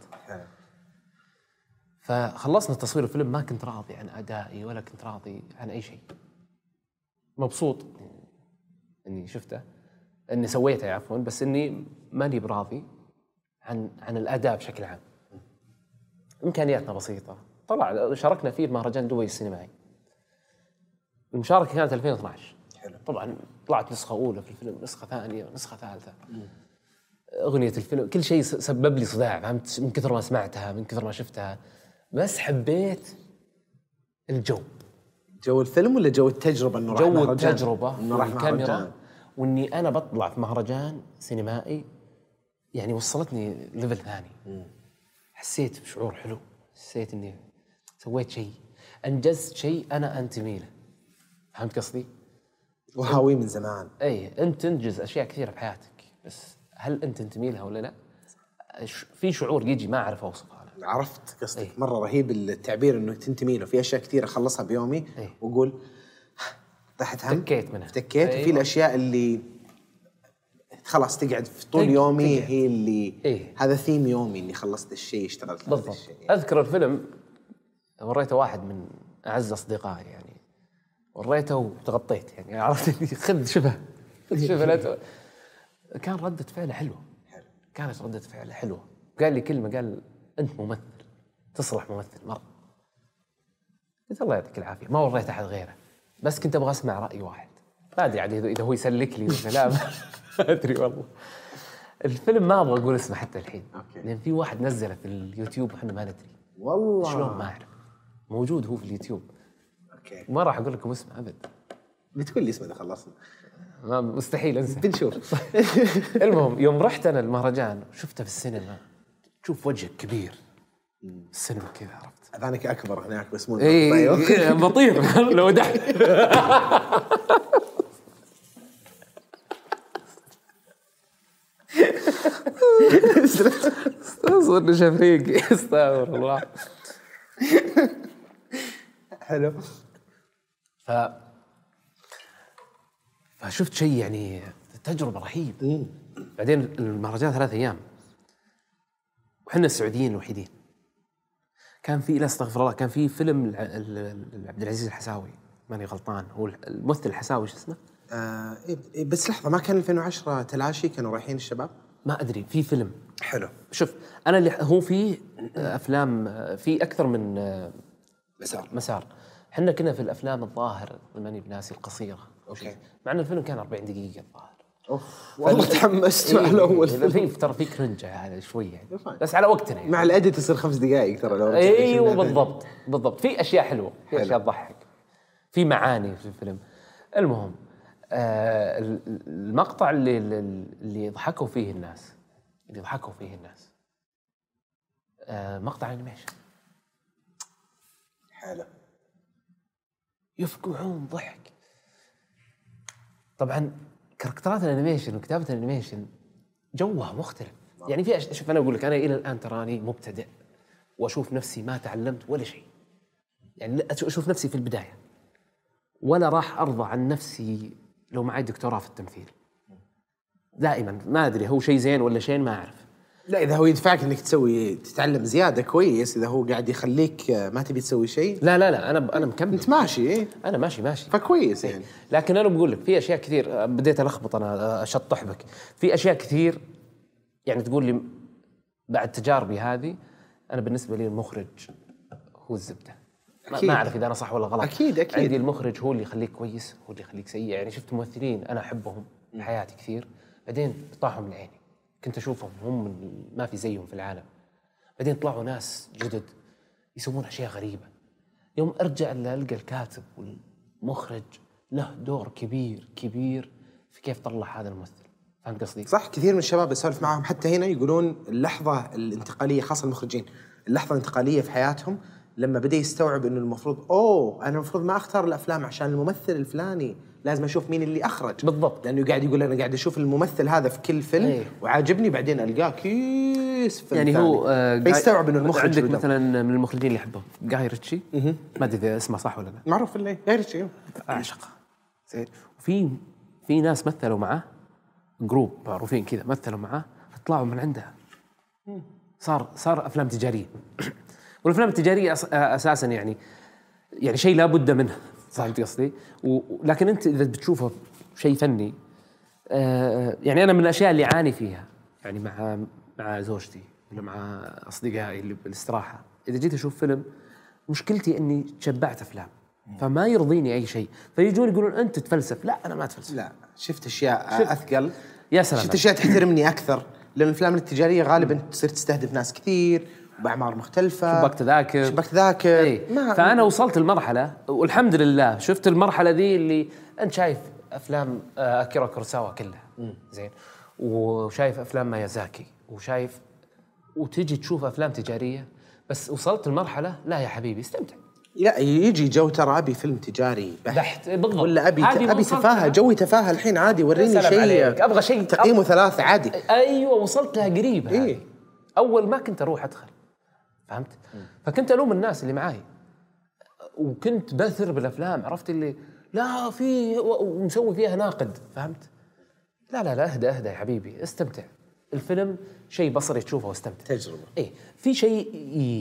فخلصنا تصوير الفيلم. ما كنت راضي عن ادائي ولا كنت راضي عن اي شيء. مبسوط اني شفته، اني سويته عفوا، بس اني ماني براضي عن الاداء بشكل عام. امكانياتنا بسيطه. طلع شاركنا فيه بمهرجان دبي السينمائي. المشاركه كانت 2012. حلو. طبعا طلعت نسخه اولى في الفيلم، نسخه ثانيه، نسخه ثالثه. اغنيه الفيلم، كل شيء سبب لي صداع، فهمت؟ من كثر ما سمعتها، من كثر ما شفتها. بس حبيت جو الفيلم ولا جو التجربه؟ انه راح جو مهرجان؟ التجربه انه راح والكاميرا، مهرجان. واني انا بطلع في مهرجان سينمائي، يعني وصلتني ليفل ثاني. حسيت بشعور حلو، حسيت اني سويت شيء، انجزت شيء انا انتمي له. فهمت قصدي؟ وهاوي من زمان. اي، انت تنجز اشياء كثيره بحياتك، بس هل انت تنتمي لها ولا لا؟ في شعور يجي ما اعرف اوصفه. عرفت قصدك. مرة رهيب التعبير انه تنتمي له. في اشياء كثير اخلصها بيومي واقول طحت هم، افتكيت منها، افتكيت. وفي الاشياء اللي خلاص تقعد في طول يومي هي اللي هذا ثيم يومي، اني خلصت الشيء، اشتغلت بالضبط. هذا الشيء. اذكر الفيلم وريته واحد من اعز اصدقائي، يعني وريته وتغطيت، يعني عرفت خذ شبه لا كان ردة فعله حلوه، كانت ردة فعله حلوه. قال لي كلمه، قال انت ممثل، تصلح ممثل مره. قلت الله يعطيك العافيه. ما وريت احد غيره، بس كنت ابغى اسمع راي واحد. ما ادري عاد اذا هو يسلك لي ولا لا، ما ادري والله. الفيلم ما ابغى اقول اسمه حتى الحين، لان في واحد نزله في اليوتيوب وحنا ما ندري والله شلون، ما اعرف. موجود هو في اليوتيوب. ما راح اقول لكم اسمه ابد. بتقول لي اسمه اذا خلصنا؟ مستحيل انسى. بنشوف. المهم يوم رحت انا المهرجان شفته في السينما، تشوف وجهك كبير السينما كذا، عرفت؟ اذانك اكبر هناك بس مو بطير لو دحت. استغفر شفريق، استغفر الله. حلو. فشفت شيء، يعني تجربة رهيبة. بعدين المهرجان 3 أيام، وحنا السعوديين الوحيدين. كان في، لا استغفر الله، كان في فيلم عبد العزيز الحساوي، ماني غلطان، هو الممثل الحساوي شو اسمه؟ بس لحظة، ما كان 2010 تلاشي كانوا رايحين الشباب؟ ما أدري، في فيلم حلو. شوف أنا اللي هو في أفلام، في أكثر من مسار. حنا كنا في الأفلام الظاهر ماني بناسي القصيرة، مع أن الفيلم كان 40 دقيقة الظاهر. والله تحمست على أول فيلم. ترى في كرنجة هذا شوية يعني. بس على وقتنا يعني. مع الأديت تصير 5 دقائق ترى لو أيوة بالضبط. في أشياء حلوة، في أشياء تضحك، في معاني في الفيلم. المهم المقطع اللي ضحكوا فيه الناس، مقطع أنيميشن حلو، يفقعون ضحك. طبعا كاركترات الانيميشن وكتابه الانيميشن جوها مختلف. يعني في شوف، انا اقول لك، انا الى الان تراني مبتدئ، واشوف نفسي ما تعلمت ولا شيء. يعني اشوف نفسي في البدايه، ولا راح ارضى عن نفسي لو معي دكتوراه في التمثيل. دائما ما ادري هو شيء زين ولا شيء، ما اعرف. لا، اذا هو يدفعك انك تتعلم زياده كويس. اذا هو قاعد يخليك ما تبي تسوي شيء، لا انا مكمل. انت ماشي. انا ماشي فكويس يعني. لكن انا بقول لك في اشياء كثير بديت الخبط، انا اشطح بك في اشياء كثير. يعني تقول لي بعد تجاربي هذه، انا بالنسبه لي المخرج هو الزبده. ما اعرف اذا انا صح ولا غلط. اكيد عندي المخرج هو اللي يخليك كويس، هو اللي يخليك سيء. يعني شفت ممثلين انا احبهم في حياتي كثير، بعدين طاحوا من عيني. كنت اشوفهم هم ما في زيهم في العالم، بعدين طلعوا ناس جدد يسوون اشياء غريبه. يوم ارجع القى الكاتب والمخرج له دور كبير في كيف طلع هذا الممثل. فهمت قصدي؟ صح. كثير من الشباب اسولف معاهم حتى هنا يقولون اللحظه الانتقاليه، خاصه المخرجين، اللحظه الانتقاليه في حياتهم لما بدا يستوعب انه المفروض انا المفروض ما اختار الافلام عشان الممثل الفلاني، لازم اشوف مين اللي اخرج. بالضبط. لانه قاعد يقول انا قاعد اشوف الممثل هذا في كل فيلم وعاجبني، بعدين القاه كيس في يعني هو فيستوعب انه المخرج. عندك مثلا من المخرجين اللي احبهم جاي ريتشي، ما ادري اذا اسمه صح ولا لا. معروف اللي جاي ريتشي، اعشقه. زين. وفي ناس مثلوا معه، جروب معروفين كذا مثلوا معه، طلعوا من عنده صار افلام تجاريه. والافلام التجاريه اساسا يعني شيء لا بد منه. فهمت قصدي؟ لكن انت اذا بتشوفه شيء فني، يعني انا من الاشياء اللي اعاني فيها، يعني مع زوجتي ولا مع اصدقائي اللي بالاستراحه، اذا جيت اشوف فيلم مشكلتي اني تشبعت افلام، فما يرضيني اي شيء، فيجون يقولون انت تتفلسف. لا، انا ما اتفلسف. لا، شفت اشياء اثقل. يا سلام. شفت اشياء تحترمني اكثر، لأن الأفلام التجارية غالبا تصير تستهدف ناس كثير بأعمار مختلفة، شباك تذاكر. اي. فأنا وصلت المرحلة والحمد لله، شفت المرحلة ذي اللي أنت شايف أفلام أكيرا كوروساوا كلها زين، وشايف أفلام ميازاكي، وشايف وتجي تشوف أفلام تجارية، بس وصلت المرحلة لا يا حبيبي استمتع. لا يجي جو ترى أبي فيلم تجاري بحت بالضبط، ولا أبي تفاهة، جوي تفاهة الحين عادي، وريني شيء أبغى شيء تقييمه 3 عادي. أيوة وصلت لها قريب. إيه؟ أول ما كنت أروح أدخل، فهمت؟ فكنت ألوم الناس اللي معاي، وكنت بثر بالأفلام، عرفت اللي لا في ومسوي فيها ناقد، فهمت؟ لا اهدى يا حبيبي، استمتع. الفيلم شيء بصري تشوفه واستمتع، تجربة. إيه في شيء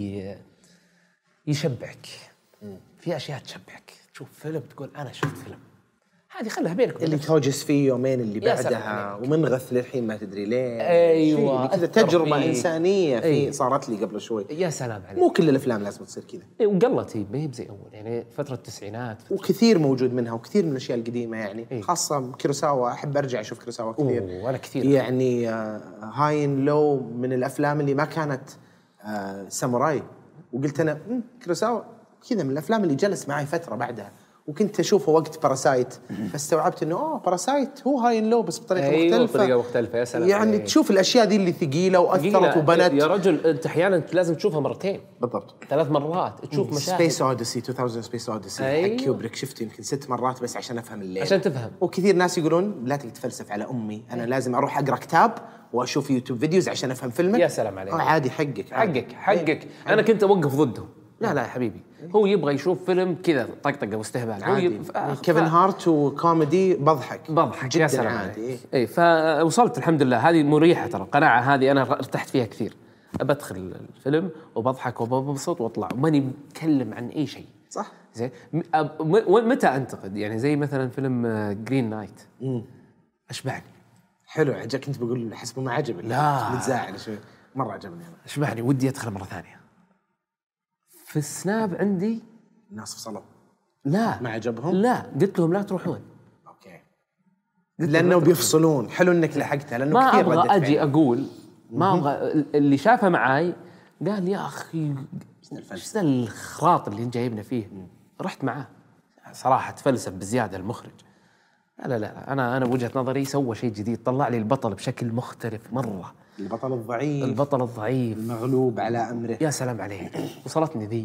يشبعك، في أشياء تشبعك، تشوف فيلم تقول أنا شفت فيلم، هذه خلها بينك اللي توجس فيه يومين اللي بعدها ومنغث للحين ما تدري ليه. أيوة كذا تجربة إنسانية في أيوة. صارت لي قبل شوي. يا سلام عليك. مو كل الأفلام لازم تصير كذا. وقلت هي ما هي زي أول، يعني فترة التسعينات وكثير موجود منها، وكثير من الأشياء القديمة يعني. إيه؟ خاصة كيروساوا، أحب أرجع أشوف كيروساوا كثير. وأنا كثير يعني هاي أند لو من الأفلام اللي ما كانت ساموراي، وقلت أنا كيروساوا كذا من الأفلام اللي جلس معي فترة بعدها، وكنت أشوفه وقت باراسايت، فاستوعبت إنه باراسايت هو هاي لو بس بطريقة مختلفة. يا سلام يعني عليك. تشوف الأشياء دي اللي ثقيلة وأثرت وبنت. يا رجل أنت أحيانا لازم تشوفها مرتين بالضبط، 3 مرات تشوف مشاهد. سبيس أوديسي 2000 سبيس أوديسي أيوة. حق كيوبريك شفته يمكن 6 مرات بس عشان أفهم الليل، عشان تفهم. وكثير ناس يقولون لا تتفلسف على أمي، أنا لازم أروح أقرأ كتاب وأشوف يوتيوب فيديوز عشان أفهم فيلمك. يا سلام عليك. عادي، حقك. أنا كنت أوقف ضده. لا يا حبيبي، هو يبغى يشوف فيلم كذا طقطقه واستهبال عادي. كيفن هارت وكوميدي بضحك يا سلام عادي. اي فوصلت الحمد لله، هذه مريحه ترى، القناعه هذه انا ارتحت فيها كثير. بدخل الفيلم وبضحك وببسط واطلع وماني متكلم عن اي شيء. صح زين. متى انتقد يعني زي مثلا فيلم جرين نايت اشبعني. حلو عجبك؟ كنت بقول حسب ما عجبني، لا متزاعل شوي، مره عجبني انا، اشبعني ودي ادخل مره ثانيه. في السناب عندي الناس فصلوا. لا ما عجبهم؟ لا قلت لهم لا تروحون. اوكي، لانه بيفصلون. حلو انك لحقتها، لانه ما كثير ابغى اجي اقول ما ابغى. اللي شافها معاي قال يا اخي ايش ذا الخراط اللي جايبنا فيه. رحت معاه صراحه تفلسف بزياده المخرج. لا انا بوجهه نظري سوى شيء جديد، طلع لي البطل بشكل مختلف مره. البطل الضعيف المغلوب على امره. يا سلام عليك. وصلتني ذي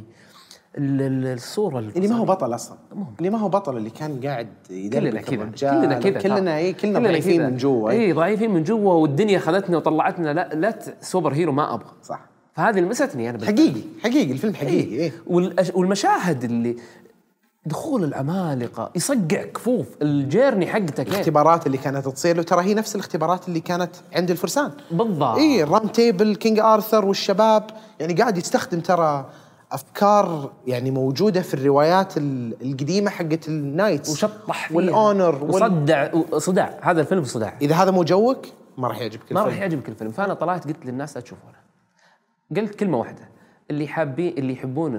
الصوره اللي ما هو بطل اصلا، اللي ما هو بطل، اللي كان قاعد يدلل كلنا كلنا ضعيفين من جوا. اي ضعيفين من جوا، والدنيا خذتنا وطلعتنا. لا سوبر هيرو ما ابغى. صح. فهذه لمستني انا حقيقي الفيلم حقيقي. إيه؟ والمشاهد اللي دخول العمالقه يصقع كفوف الجيرني حقته، الاختبارات اللي كانت تصير له ترى هي نفس الاختبارات اللي كانت عند الفرسان بالضبط. اي الرام تيبل كينج آرثر والشباب، يعني قاعد يستخدم ترى افكار يعني موجوده في الروايات القديمه حقت النايتس، وشطح فيها والاونر صداع. هذا الفيلم صداع. اذا هذا مو جوك ما راح يعجبك الفيلم. ما راح يعجبك الفيلم. فانا طلعت قلت للناس لا تشوفونه. قلت كلمه واحده، اللي يحبون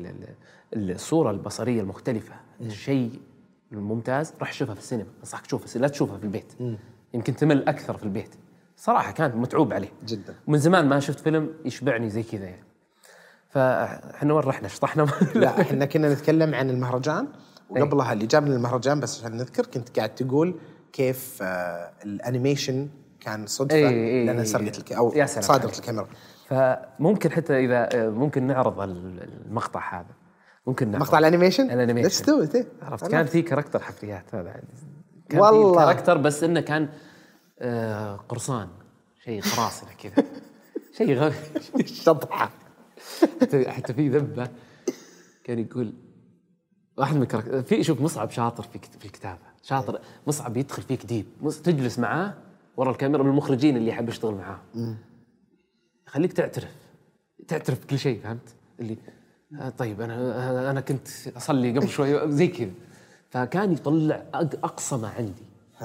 الصورة البصرية المختلفة الشيء الممتاز، راح شوفها في السينما. انصحك تشوفها، لا تشوفها في البيت. يمكن تمل أكثر في البيت. صراحة كانت متعوب عليه جدا. من زمان ما شفت فيلم يشبعني زي كذا يعني. فاحنا وين رحنا شطحنا؟ لا احنا كنا نتكلم عن المهرجان، وقبلها اللي جابنا المهرجان بس عشان نذكر كنت قاعد تقول كيف الانيميشن كان صدفة لأن سرقت أو صادرت الكاميرا. فممكن حتى إذا ممكن نعرض المقطع هذا، ممكن نعرض مقطع الانيميشن. ليش تويته؟ عرفت كان في كاركتر حفريات هذا، كان والله في كاركتر بس انه كان قرصان شيء قراصنه كذا شيء غبي شطحه. حتى في ذبه كان يقول واحد من في شوف مصعب شاطر في الكتابه، شاطر مصعب يدخل فيك ديب، تجلس معاه ورا الكاميرا من المخرجين اللي يحب يشتغل معاه، يخليك تعترف بكل شيء. فهمت اللي طيب انا كنت اصلي قبل شوي زي كذا. فكان يطلع اقصى ما عندي،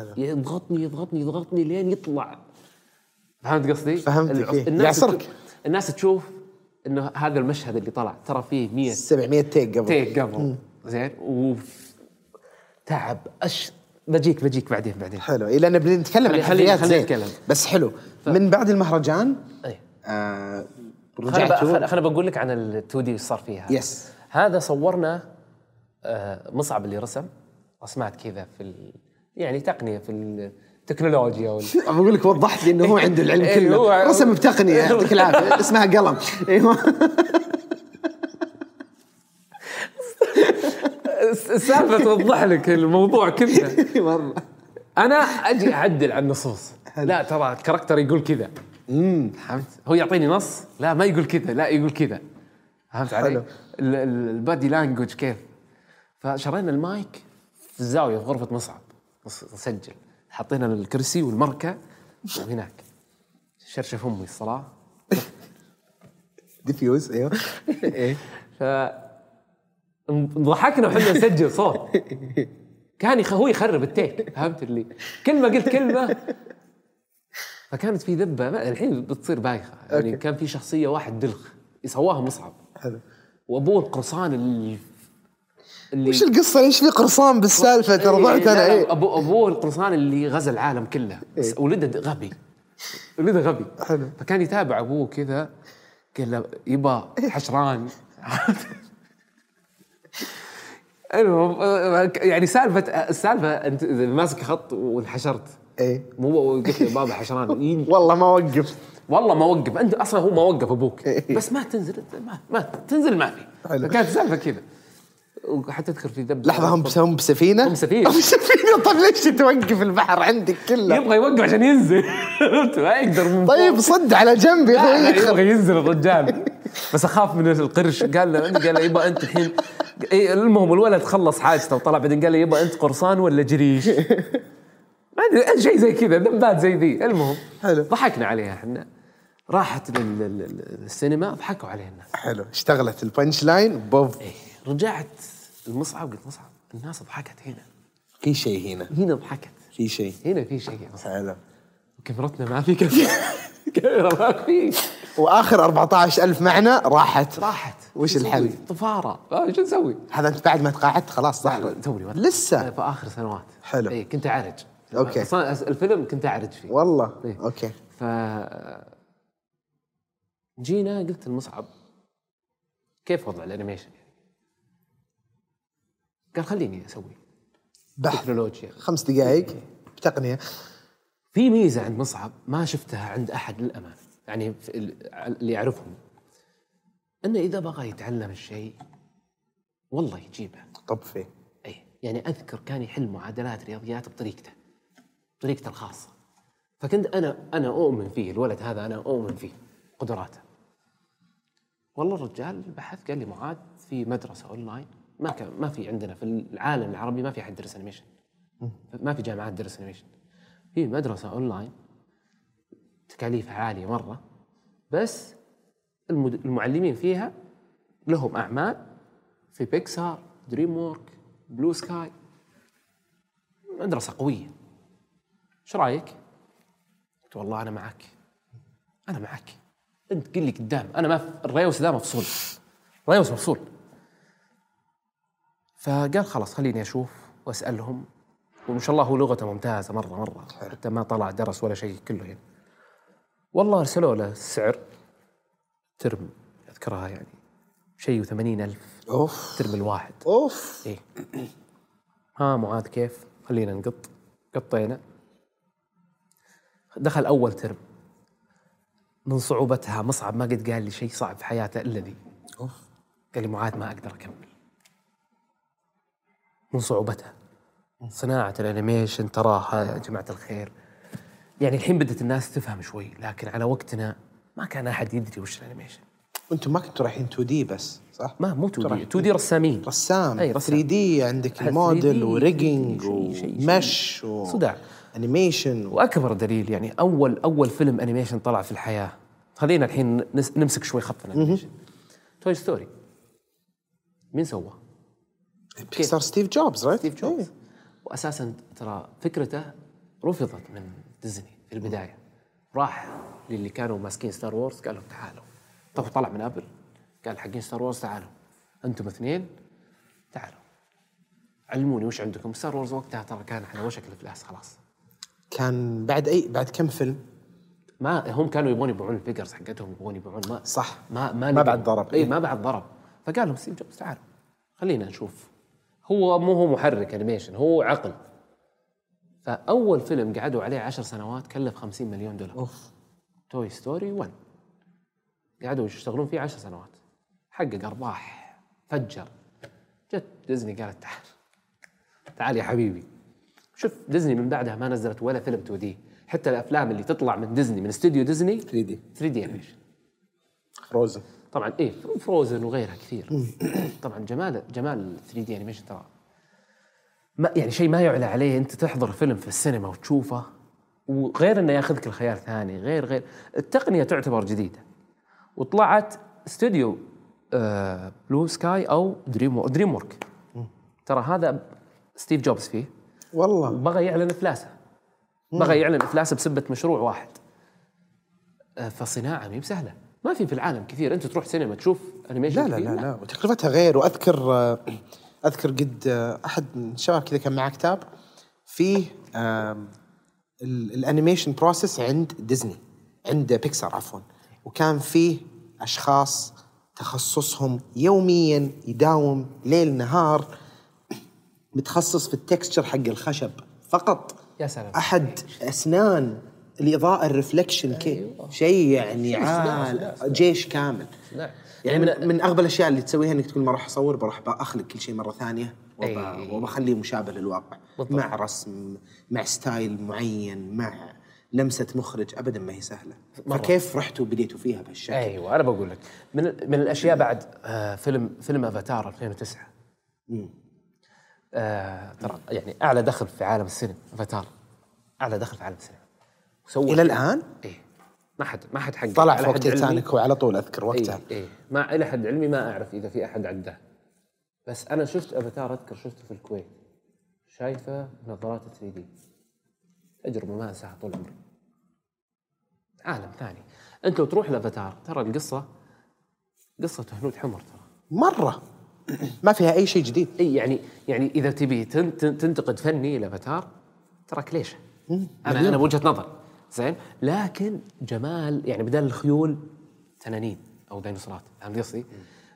يضغطني لين يطلع. فهمت قصدي؟ فهمت. الناس تشوف انه هذا المشهد اللي طلع ترى فيه 700 تيك قبل زين، وتعب بجيك بعدين. حلو. إيه لأن بنتكلم عن الحفريات زين نتكلم. بس حلو. من بعد المهرجان أي. رجعتوا. خلنا بقول لك عن التودي اللي صار فيها. يس. هذا صورنا مصعب اللي رسمات كذا يعني تقنية في التكنولوجيا بقول لك وضحت لي انه هو عنده العلم كله، رسم بتقنيه يعطيك العافيه اسمها قلم. ايوه السالفه توضح لك الموضوع كله والله. انا اجي اعدل على النصوص، لا ترى الكاركتر يقول كذا، فهمت؟ هو يعطيني نص، لا ما يقول كذا، لا يقول كذا، فهمت علي؟ البادي لانجوج كيف. فشرينا المايك في الزاويه في غرفه مصعب نسجل، حطينا الكرسي والمركه وهناك شرشف امي الصلاه ديفيوز. ايوه ايه. ف ضحكنا وحنا نسجل صوت، كان هو يخرب التيك، فهمت اللي كلمه قلت كلمه، فكانت في ذبه. الحين بتصير بايخه يعني. كان في شخصيه واحد دلخ يسواها مصعب. حلو. وابوه القرصان اللي وش القصه؟ ليش في قرصان بالسالفه؟ ترى ضعت انا. ايه ابوه القرصان اللي غزا العالم كله، بس ولده غبي. حلو. فكان يتابع ابوه كذا، قال له يبا حشران. يعني السالفه انت ماسك خط وانحشرت. ايه مو قلت له بابا حشران. والله ما وقف انت اصلا هو ما وقف ابوك. بس ما تنزل، ما تنزل ما في. فكانت السالفه كذا. وحتى تذكر في ذبه لحظه، هم بسفينه. طيب ليش توقف البحر عندك كله؟ يبغى يوقف عشان ينزل. ما يقدر من طيب صد على جنب يا اخوي. يبغى ينزل الرجال، بس اخاف من القرش. قال له يبا انت الحين. المهم الولد خلص حاجته وطلع، بعدين قال له يبا انت قرصان ولا جريش؟ ما ادري شيء زي كذا، ذبات زي ذي. المهم حلو. ضحكنا عليها احنا. راحت للسينما ضحكوا علينا الناس. حلو. اشتغلت البنش لاين بوف. ايه. رجعت المصعب قلت مصعب الناس ضحكت هنا، في شيء هنا ضحكت، في شيء هنا في شيء. حلو. كاميرتنا ما في كاميرا ما في. واخر 14,000 معنى راحت. وش الحل؟ طفاره. شو نسوي؟ هذا انت بعد ما تقاعدت خلاص صح؟ توني لسه في اخر سنوات. حلو. اي كنت اعرج. اوكي. الفيلم كنت اعرج فيه والله. إيه. اوكي. جينا قلت المصعب كيف وضع الانيميشن؟ قال خليني اسوي تكنولوجيا 5 دقائق بتقنيه. في ميزه عند مصعب ما شفتها عند احد للامانه، يعني اللي اعرفهم، انه اذا بغى يتعلم الشيء والله يجيبه. طب فيه. اي يعني اذكر كان يحل معادلات رياضيات بطريقته الخاصه. فكنت انا اؤمن فيه الولد هذا، انا اؤمن فيه قدراته. والله الرجال بحث قال لي معاد في مدرسه اونلاين، ما في عندنا في العالم العربي ما في احد يدرس انيميشن، ما في جامعات تدرس انيميشن. في مدرسه اونلاين تكاليفها عاليه مره، بس المعلمين فيها لهم اعمال في بيكسار، دريم وورك، بلو سكاي، مدرسه قويه. ايش رايك؟ قلت والله انا معك انت قل لي قدام. انا ما الريوس ذا مفصول، فقال خلاص خليني اشوف واسالهم. وما شاء الله هو لغته ممتازه مره حتى ما طلع درس ولا شيء كله هنا. والله ارسلوا له السعر ترم اذكرها يعني شيء 80,000 ترم الواحد. ايه. ها معاذ كيف؟ خلينا قطينا. دخل اول ترم، من صعوبتها مصعب ما قد قال لي شيء صعب في حياته الا ذي. قال لي معاذ ما اقدر اكمل من صعوبتها. صناعة الانيميشن تراها يا جماعة الخير يعني الحين بدت الناس تفهم شوي، لكن على وقتنا ما كان احد يدري وش الانيميشن. وانتم ما كنتوا رايحين 2D بس صح؟ مو 2D رسامين. رسام 3D عندك الموديل وريجينج ومش صداع انيميشن. واكبر دليل يعني اول فيلم انيميشن طلع في الحياة. خلينا الحين نمسك شوي خط الانيميشن. توي ستوري مين سوى؟ بيكسار. ستيف جوبز. واساسا ترى فكرته رفضت من ديزني في البدايه. راح للي كانوا ماسكين ستار وورز قال لهم تعالوا. طب طلع من ابل قال حقين ستار وورز تعالوا انتم 2 تعالوا علموني وش عندكم. ستار وورز وقتها ترى كان على وشك الافلاس خلاص. كان بعد كم فيلم؟ ما هم كانوا يبغون يبيعون الفيجرز حقتهم، يبغون يبيعون ما صح. ما بعد ضرب. اي ما بعد ضرب. فقال لهم ستيف جوبز تعالوا خلينا نشوف. هو محرك انيميشن، هو عقل. فاول فيلم قعدوا عليه 10 سنوات كلف $50 مليون. اوف. توي ستوري 1 قعدوا يشتغلون فيه 10 سنوات، حقق ارباح، فجر. جت ديزني قالت تعال يا حبيبي. شوف ديزني من بعدها ما نزلت ولا فيلم 2D. حتى الافلام اللي تطلع من ديزني، من استوديو ديزني 3D انيميشن. فروزن طبعا فروزن وغيرها كثير. طبعا جمال 3D انيميشن ترى ما يعني شيء ما يعلى عليه. انت تحضر فيلم في السينما وتشوفه، وغير انه ياخذك الخيال ثاني، غير التقنيه تعتبر جديده. وطلعت استوديو بلو سكاي او دريم ورك. ترى هذا ستيف جوبز فيه والله بغى يعلن افلاسه بسبه مشروع واحد. فصناعه ما هي بسهله، ما في العالم كثير انت تروح سينما تشوف انيميشن. لا وتكلفتها غير. واذكر قد احد من الشباب كذا كان معه كتاب فيه الانيميشن بروسيس عند ديزني، عند بيكسار عفوا، وكان فيه اشخاص تخصصهم يوميا يداوم ليل نهار متخصص في التكستشر حق الخشب فقط. يا سلام. احد اسنان الاضاءه الريفلكشن شيء يعني جيش كامل. يعني من اغبى الاشياء اللي تسويها انك تقول ما راح اصور، بروح اخلق كل شيء مره ثانيه وبخليه مشابه للواقع بالضبط. مع رسم، مع ستايل معين، مع لمسه مخرج. ابدا ما هي سهله. فكيف رحتوا بديتوا فيها بهالشكل؟ ايوه انا بقول لك من الاشياء بعد فيلم افاتار 2009. ترى يعني اعلى دخل في عالم السينما. افاتار اعلى دخل في عالم السينما الى الان. ما حد حق طلع فوق تيتانيك وعلى طول اذكر وقتها. ما الى حد علمي ما اعرف اذا في احد عداه. بس انا شفت افاتار، اذكر شفته في الكويت، شايفه نظارات 3D، تجربه ما انساها طول عمري. عالم ثاني. انت لو تروح لافاتار ترى القصه هنود حمر ترى مره ما فيها اي شيء جديد. يعني اذا تبي تنتقد فني لافاتار ترى كليشه. انا بوجهه نظر زين، لكن جمال يعني بدال الخيول تنانين او ديناصورات، فهمت قصدي؟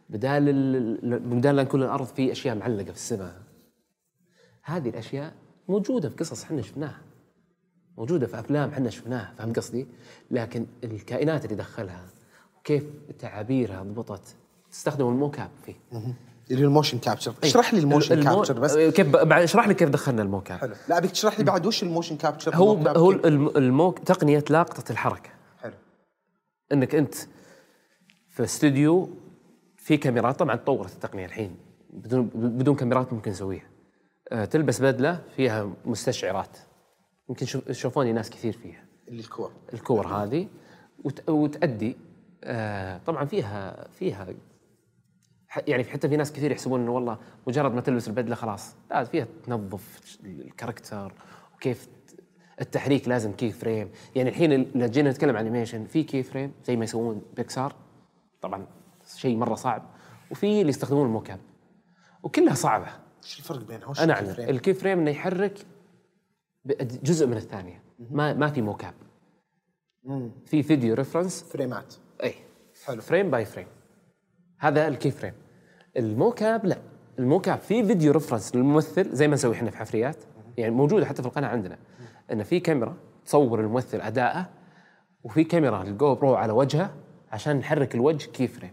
بدال كل الارض في اشياء معلقه في السماء. هذه الاشياء موجوده في قصص احنا شفناها، موجوده في افلام احنا شفناها، فهمت قصدي؟ لكن الكائنات اللي دخلها وكيف تعابيرها ضبطت، تستخدم الموكاب فيه اللي الموشن كابتشر. اشرح لي الموشن كابتشر بس. كيف اشرح لي كيف دخلنا الموكاب. حلو. لا ابيك تشرح لي بعد وش الموشن كابتشر. هو تقنيه لاقطه الحركه. حلو. انك انت في استوديو في كاميرات، طبعا تطورت التقنيه الحين بدون كاميرات ممكن نسويها. تلبس بدله فيها مستشعرات، يمكن تشوفوني ناس كثير فيها، اللي الكور هذه، وتأدي. طبعا فيها يعني حتى في ناس كثير يحسبون انه والله مجرد ما تلبس البدله خلاص، لا فيها تنظف الكاركتر، وكيف التحريك لازم كي فريم. يعني الحين لو جينا نتكلم عن انيميشن في كي فريم زي ما يسوون بيكسار، طبعا شيء مره صعب، وفي اللي يستخدمون الموكاب وكلها صعبه. ايش الفرق بينهم؟ انا اعلم الكي فريم انه يحرك جزء من الثانيه، ما في موكاب، في فيديو ريفرنس فريمات. حلو. فريم باي فريم، هذا الكي فريم. الموكاب لا، الموكاب في فيديو ريفرنس للممثل زي ما نسوي احنا في حفريات، يعني موجوده حتى في القناه عندنا، ان في كاميرا تصور الممثل اداءه، وفي كاميرا الجو برو على وجهه عشان نحرك الوجه كي فريم.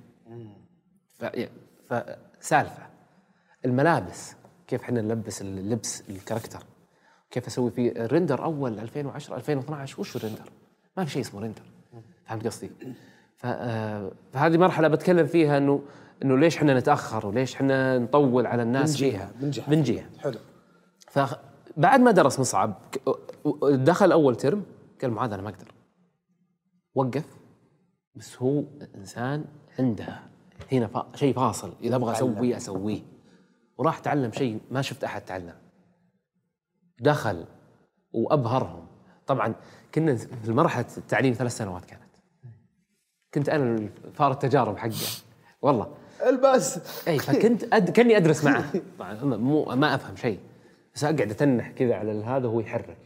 فسالفه الملابس، كيف احنا نلبس اللبس الكاركتر، كيف اسوي فيه الرندر. اول 2010 2012 وش الرندر؟ ما في شيء اسمه رندر، فهمت قصدي؟ فهذه مرحله بتكلم فيها انه ليش احنا نتاخر وليش احنا نطول على الناس فيها. بنجيها. حلو. فبعد ما درس مصعب دخل اول ترم، قال معاذ انا ما اقدر، وقف. بس هو انسان عنده هنا شيء فاصل، اذا ابغى اسويه، وراح تعلم شيء ما شفت احد تعلم. دخل وابهرهم. طبعا كنا في مرحله التعليم 3 سنوات كنت انا فار التجارب حقه والله. الباس. اي فكنت كاني ادرس معه طبعا ما افهم شيء، بس اقعد اتنح كذا على هذا وهو يحرك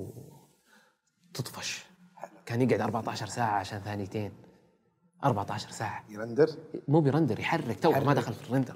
تطفش. كان يقعد 14 ساعه عشان ثانيتين، 14 ساعه يرندر، مو بيرندر، يحرك تو ما دخل في الرندر.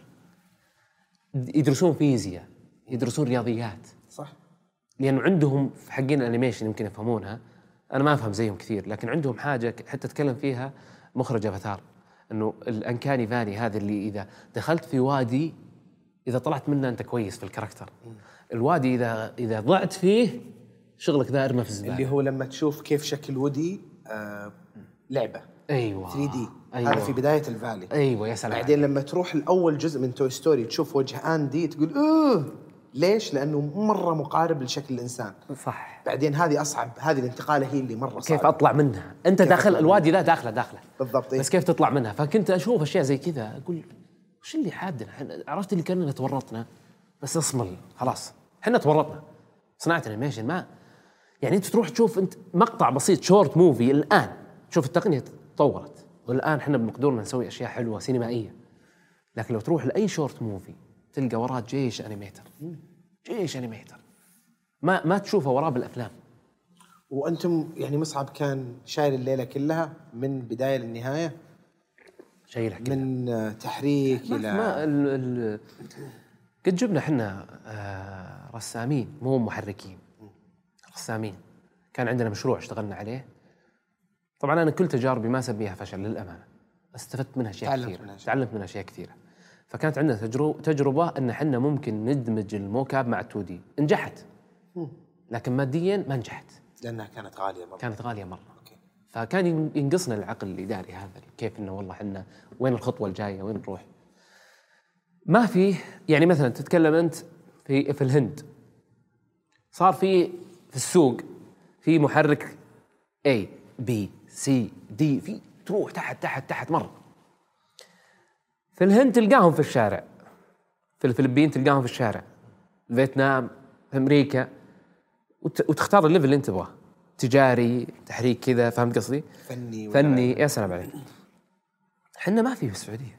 يدرسون فيزياء، يدرسون رياضيات، صح، لأنه عندهم في حقين الأنيميشن يمكن يفهمونها، أنا ما أفهم زيهم كثير، لكن عندهم حاجة حتى تكلم فيها مخرج أفاتار، إنه الأنكاني فالي هذا اللي إذا دخلت في وادي إذا طلعت منه أنت كويس في الكاركتر، الوادي إذا ضعت فيه شغلك ذا ارمى في الزبالة. اللي هو لما تشوف كيف شكل ودي لعبة أيوة 3D. أيوة. هذا في بداية الفالي. أيوة يا سلام. بعدين لما تروح الأول جزء من توي ستوري تشوف وجه أندي تقول ليش؟ لأنه مرة مقارب لشكل الإنسان. صح. بعدين هذه أصعب، هذه الانتقالة هي اللي مرة صعبة. كيف أطلع منها؟ أنت داخل الوادي ذا داخله بالضبط. بس كيف تطلع منها؟ فكنت أشوف أشياء زي كذا أقول وش اللي حادنا؟ عرفت اللي كأننا تورطنا، بس اصمل خلاص احنا تورطنا. صناعة الانيميشن ما يعني انت تروح تشوف انت مقطع بسيط شورت موفي الآن، شوف التقنية تطورت والآن احنا بمقدورنا نسوي أشياء حلوة سينمائية، لكن لو تروح لأي شورت موفي تلقى وراه جيش أنيميتر، جيش أنيميتر ما تشوفه وراه بالأفلام. وأنتم يعني مصعب كان شايل الليلة كلها من بداية للنهاية، شايلها كلها من تحريك إلى قد جبنا حنا رسامين مو محركين، رسامين. كان عندنا مشروع اشتغلنا عليه، طبعا أنا كل تجاربي ما أسميها فشل للأمانة، استفدت منها أشياء كثيرة، تعلمت منها أشياء كثيرة. فكانت عندنا تجربة أن حنا ممكن ندمج الموكاب مع التودي، نجحت لكن ماديا ما نجحت لأنها كانت غالية مرة. كانت غالية مرة. فكان ينقصنا العقل الإداري هذا، كيف إنه والله حنا وين الخطوة الجاية، وين نروح. ما في يعني مثلا تتكلم أنت في الهند صار في السوق في محرك A B C D، في تروح تحت مرة. في الهند تلقاهم في الشارع، في الفلبين تلقاهم في الشارع، فيتنام، في أمريكا، وتختار الليفل اللي انت تبغاه، تجاري، تحريك كذا، فهمت قصدي؟ فني يا سلام عليك. حنا ما في السعودية.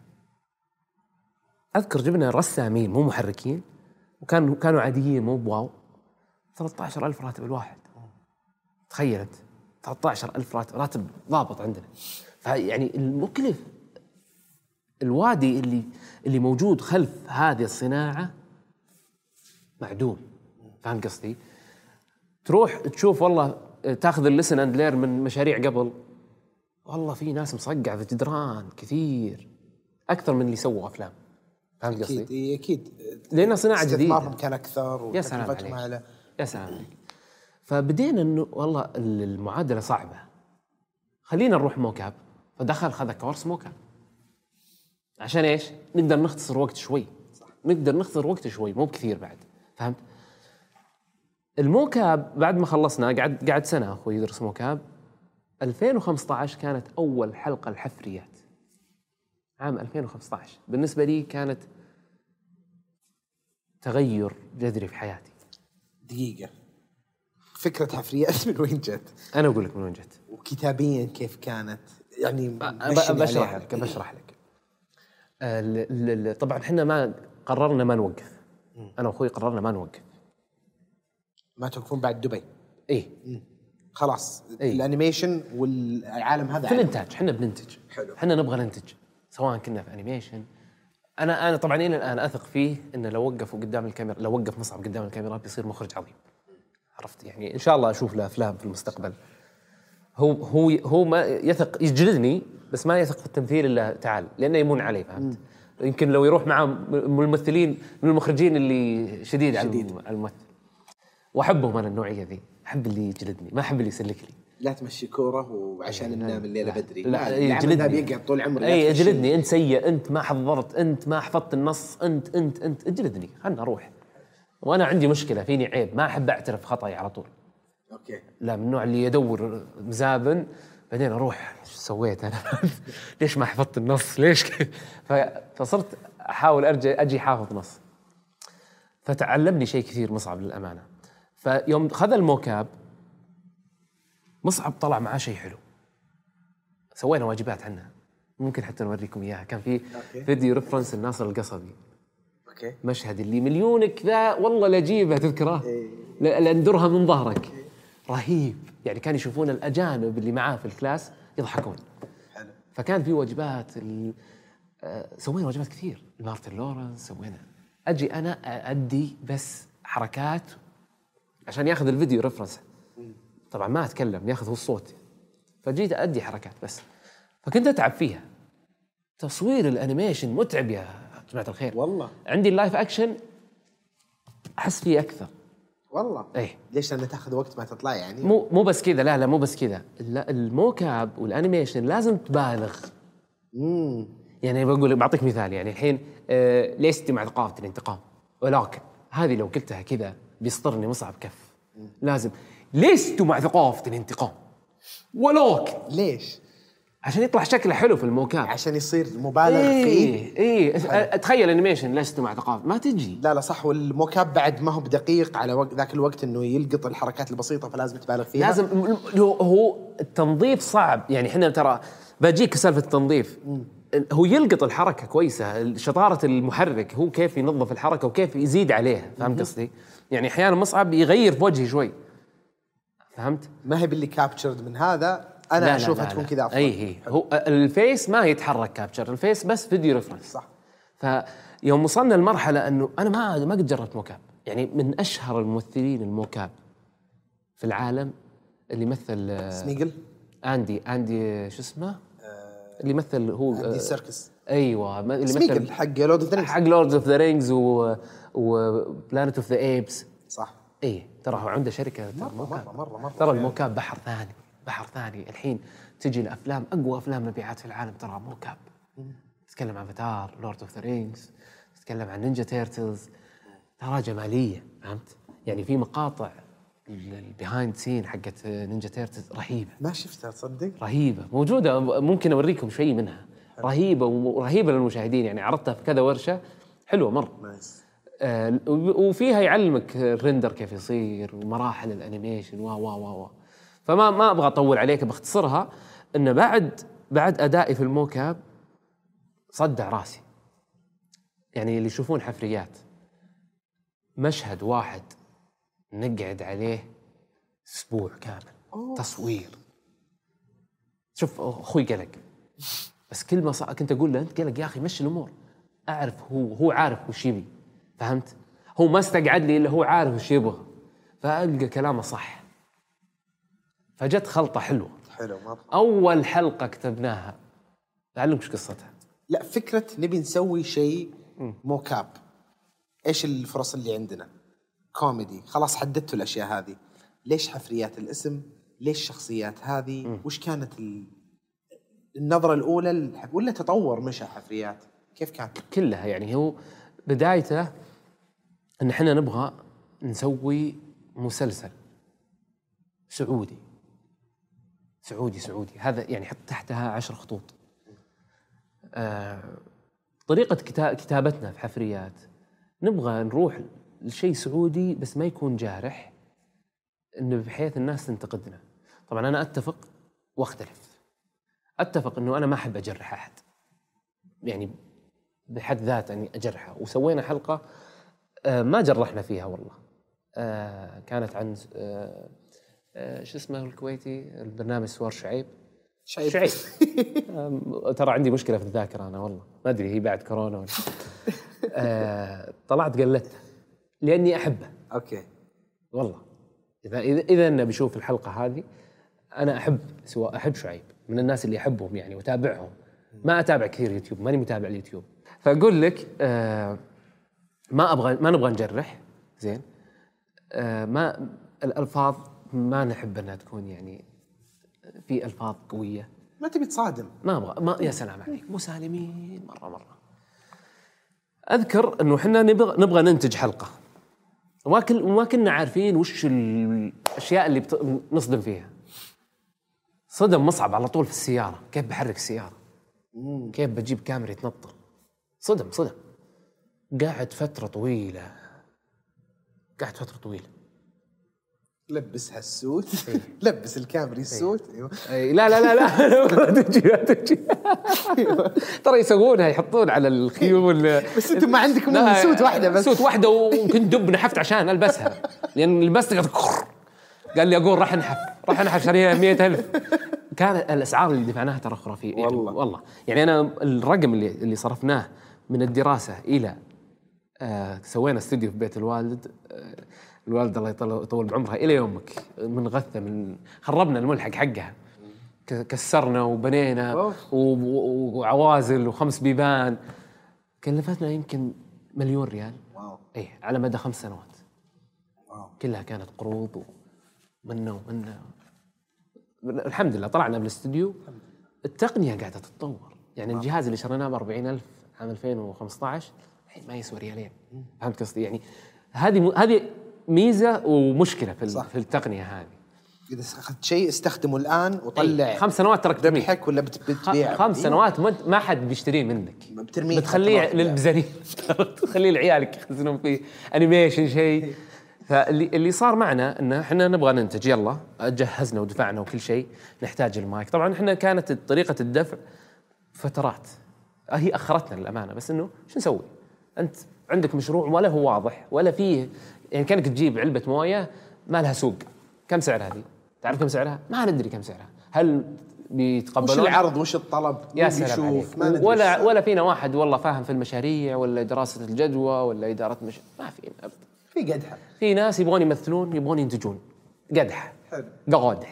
أذكر جبنا رسامين مو محركين وكانوا عاديين مو بواو، 13,000 راتب الواحد. تخيل انت 13,000 راتب ضابط عندنا. فيعني المكلف الوادي اللي موجود خلف هذه الصناعة معدوم، فهم قصدي؟ تروح تشوف والله تاخذ الليسن اند لير من مشاريع قبل، والله في ناس مصقعة في جدران كثير أكثر من اللي سووا أفلام، فهمت قصدي؟ أكيد لأنه صناعة جديدة، استثمارهم كان أكثر يا سلام عليك يا سلام عليك. فبدينا إنه والله المعادلة صعبة، خلينا نروح موكاب. فدخل خذ كورس موكاب عشان إيش؟ نقدر نختصر وقت شوي، نقدر نختصر وقت شوي مو بكثير بعد، فهمت؟ الموكاب بعد ما خلصنا قعد سنة أخوي يدرس موكاب. 2015 كانت أول حلقة الحفريات، عام 2015 بالنسبة لي كانت تغير جذري في حياتي. دقيقة، فكرة حفريات من وين جت؟ أنا أقول لك من وين جت. وكتابيا كيف كانت؟ يعني بشرح لك. طبعا احنا ما قررنا ما نوقف، أنا وأخوي قررنا ما نوقف، ما توقفون بعد دبي. إيه خلاص. الانيميشن والعالم هذا في الانتاج، احنا بننتج، احنا نبغى ننتج سواء كنا في انيميشن. انا طبعا الى الان اثق فيه انه لو وقفوا قدام الكاميرا، لو وقف مصعب قدام الكاميرا بيصير مخرج عظيم، عرفت يعني؟ ان شاء الله اشوف له افلام في المستقبل. هو ما يثق، يجلدني بس ما يثق في التمثيل الا تعال، لانه يمون عليه، فهمت؟ يمكن لو يروح مع الممثلين من المخرجين اللي شديد على الممثل، واحبهم انا النوعيه ذي، احب اللي يجلدني ما احب اللي يسلك لي. لا تمشي كوره وعشان ننام الليله بدري، لا يجلدني، بيقعد طول عمره. اي يجلدني، انت سيء، انت ما حضرت، انت ما حفظت النص، انت اجلدني، خلنا اروح. وانا عندي مشكله فيني عيب، ما احب اعترف خطأي على طول. اوكي. لا، من النوع اللي يدور مزابن بعدين اروح ايش سويت انا ليش ما حفظت النص، ليش فصرت احاول اجي حافظ نص. فتعلمني شيء كثير مصعب للامانه. فيوم خذ الموكاب مصعب طلع معاه شيء حلو، سوينا واجبات عنها، ممكن حتى نوريكم اياها. كان في فيديو ريفرنس الناصر القصبي، مشهد اللي مليونك ذا والله لا جيبه تذكره لاندرها من ظهرك، رهيب. يعني كان يشوفون الاجانب اللي معاه في الكلاس يضحكون. حلو. فكان في وجبات سوينا وجبات كثير مارتن لورنس سوينا. اجي انا ادي بس حركات عشان ياخذ الفيديو ريفرنس، طبعا ما اتكلم، ياخذ هو الصوت. فجيت ادي حركات بس، فكنت اتعب فيها. تصوير الانيميشن متعب يا جماعه الخير والله. عندي اللايف اكشن احس فيه اكثر والله. ايه ليش؟ لأنه تاخذ وقت ما تطلع يعني. مو بس كذا، لا مو بس كذا، الموكاب والانيميشن لازم تبالغ. يعني بعطيك مثال. يعني الحين ليست مع ثقافة الانتقام، ولكن هذه لو قلتها كذا بيسطرني مصعب كف. لازم ليست مع ثقافة الانتقام، ولكن ليش؟ عشان يطلع شكله حلو في الموكاب، عشان يصير مبالغ فيه. تخيل انيميشن لست مع ثقافة ما تجي. لا صح. والموكاب بعد ما هو بدقيق على ذاك الوقت انه يلقط الحركات البسيطة، فلازم تبالغ فيها. لازم هو التنظيف صعب. يعني احنا ترى بجيك سالفة التنظيف، هو يلقط الحركة كويسة، شطارة المحرك هو كيف ينظف الحركة وكيف يزيد عليها. فهمت قصدي؟ يعني أحيانا مصعب يغير في وجهي شوي. فهمت؟ ما هي باللي كابتشرد من هذا. أنا أشوفها تكون كذا أفضل. هي هو الفيس ما يتحرك كابتشر، الفيس بس فيديو ريفرنس. صح. فيوم وصلنا لمرحلة أنه أنا ما قد جربت موكاب. يعني من أشهر الممثلين الموكاب في العالم اللي مثل سميغل، أندي شو اسمه اللي مثل هو أندي سيركس. ايوه اللي مثل حق لورد اوف ذا رينجز، حق لورد اوف ذا رينجز وبلانت اوف ذا ايبس. صح. اي ترى هو عنده شركه مرة ترى الموكاب بحر ثاني. الحين تجي الافلام، اقوى افلام مبيعات في العالم ترى موكاب. تتكلم عن افاتار، لورد اوف ذا رينجز، تتكلم عن نينجا تيرتلز، ترى جماليه. فهمت؟ يعني في مقاطع البيهايند سين حقت نينجا تيرتلز رهيبه. ما شفتها تصدق؟ رهيبه، موجوده، ممكن اوريكم شيء منها. رهيبه ورهيبه للمشاهدين. يعني عرضتها في كذا ورشه حلوه مره. نايس. وفيها يعلمك الرندر كيف يصير ومراحل الانيميشن و فما ابغى اطول عليك، باختصرها انه بعد ادائي في الموكاب صدع راسي. يعني اللي يشوفون حفريات، مشهد واحد نقعد عليه اسبوع كامل تصوير. شوف اخوي قلق، بس كل ما كنت اقول له انت قلق يا اخي مشي الامور. اعرف هو عارف وش يبي. فهمت؟ هو ما استقعد لي الا هو عارف وش يبغى، فالقى كلامه صح. فجت خلطه حلوه مرة. اول حلقه كتبناها تعلمك وش قصتها. لا، فكره نبي نسوي شيء موكاب. ايش الفرص اللي عندنا؟ كوميدي، خلاص حددتوا الاشياء هذه. ليش حفريات الاسم؟ ليش الشخصيات هذه؟ وش كانت النظرة الأولى ولا تطور مشى حفريات؟ كيف كانت؟ كلها. يعني هو بدايته إن إحنا نبغى نسوي مسلسل سعودي. هذا يعني حط تحتها 10 خطوط. طريقة كتابتنا في حفريات نبغى نروح لشيء سعودي بس ما يكون جارح، إنه بحيث الناس تنتقدنا. طبعا أنا أتفق واختلف. أتفق إنه أنا ما أحب أجرح أحد، يعني بحد ذات أني أجرحه. وسوينا حلقة ما جرحنا فيها والله. كانت عن شو اسمه الكويتي البرنامج سوار شعيب. ترى عندي مشكلة في الذاكرة أنا والله، ما أدري هي بعد كورونا ولا. طلعت قلت لأني أحبه. أوكي. والله إذا أنا بشوف الحلقة هذه أنا أحب شعيب، من الناس اللي أحبهم يعني وتابعهم. ما أتابع كثير يوتيوب، ماني متابع اليوتيوب. فأقول لك ما نبغى نجرح زين. ما الألفاظ ما نحب أنها تكون يعني في ألفاظ قوية. ما تبي تصادم. ما أبغى. يا سلام عليك، مسالمين مرة. أذكر أنه حنا نبغى ننتج حلقة، وما كنا عارفين وش الأشياء اللي نصدم فيها. صدم مصعب على طول في السيارة، كيف بحرك السيارة، كيف بجيب كاميرا يتنطر. صدم قاعد فترة طويلة. لبسها السوت لبس الكامري السوت. ايوه لا لا لا لا تجي ترى يسوونها يحطون على الخيول. بس انتم ما عندكم الا سوت واحده بس. سوت واحده وكنت دب نحفت عشان البسها لان لبست قال لي اقول راح نحف شاريها 100,000. كان الاسعار اللي دفعناها ترى خرافيه والله. يعني انا الرقم اللي صرفناه من الدراسه الى سوينا استوديو في بيت الوالد. الوالد الله يطول بعمرها إلى يومك من غثة من خربنا الملحق حقها كسرنا وبنينا وعوازل و5 بيبان كلفتنا يمكن $1,000,000. إيه على مدى 5 سنوات. كلها كانت قروض ومنا الحمد لله طلعنا بالاستوديو. التقنية قاعدة تتطور. يعني الجهاز اللي شريناه ب40,000 عام 2015 الحين ما يسوى ريالين. فهمت قصدي؟ يعني هذه ميزة ومشكلة في التقنية هذه. إذا أخذت شيء استخدمه الآن وطلع 5 سنوات ترك ربحك ولا بتبيع 5 سنوات ما حد بيشتريه منك. بتخليه للبزرين تخليه لعيالك يخزنون فيه أنيميشن شيء. فاللي صار معنا إن إحنا نبغى ننتج يلا جهزنا ودفعنا وكل شيء نحتاج المايك. طبعا إحنا كانت طريقة الدفع فترات هي أخرتنا للأمانة. بس إنه شو نسوي؟ أنت عندك مشروع ولا هو واضح ولا فيه يعني كانك تجيب علبة موية ما لها سوق. كم سعر هذه؟ تعرف كم سعرها؟ ما ندري كم سعرها. هل بيتقبلون؟ وش العرض وش الطلب؟ يا سلام عليك. ولا فينا واحد والله فاهم في المشاريع ولا دراسة الجدوى ولا إدارة ما فينا أبدا. في قدحة. في ناس يبغون يمثلون يبغون ينتجون قدحة. قادح.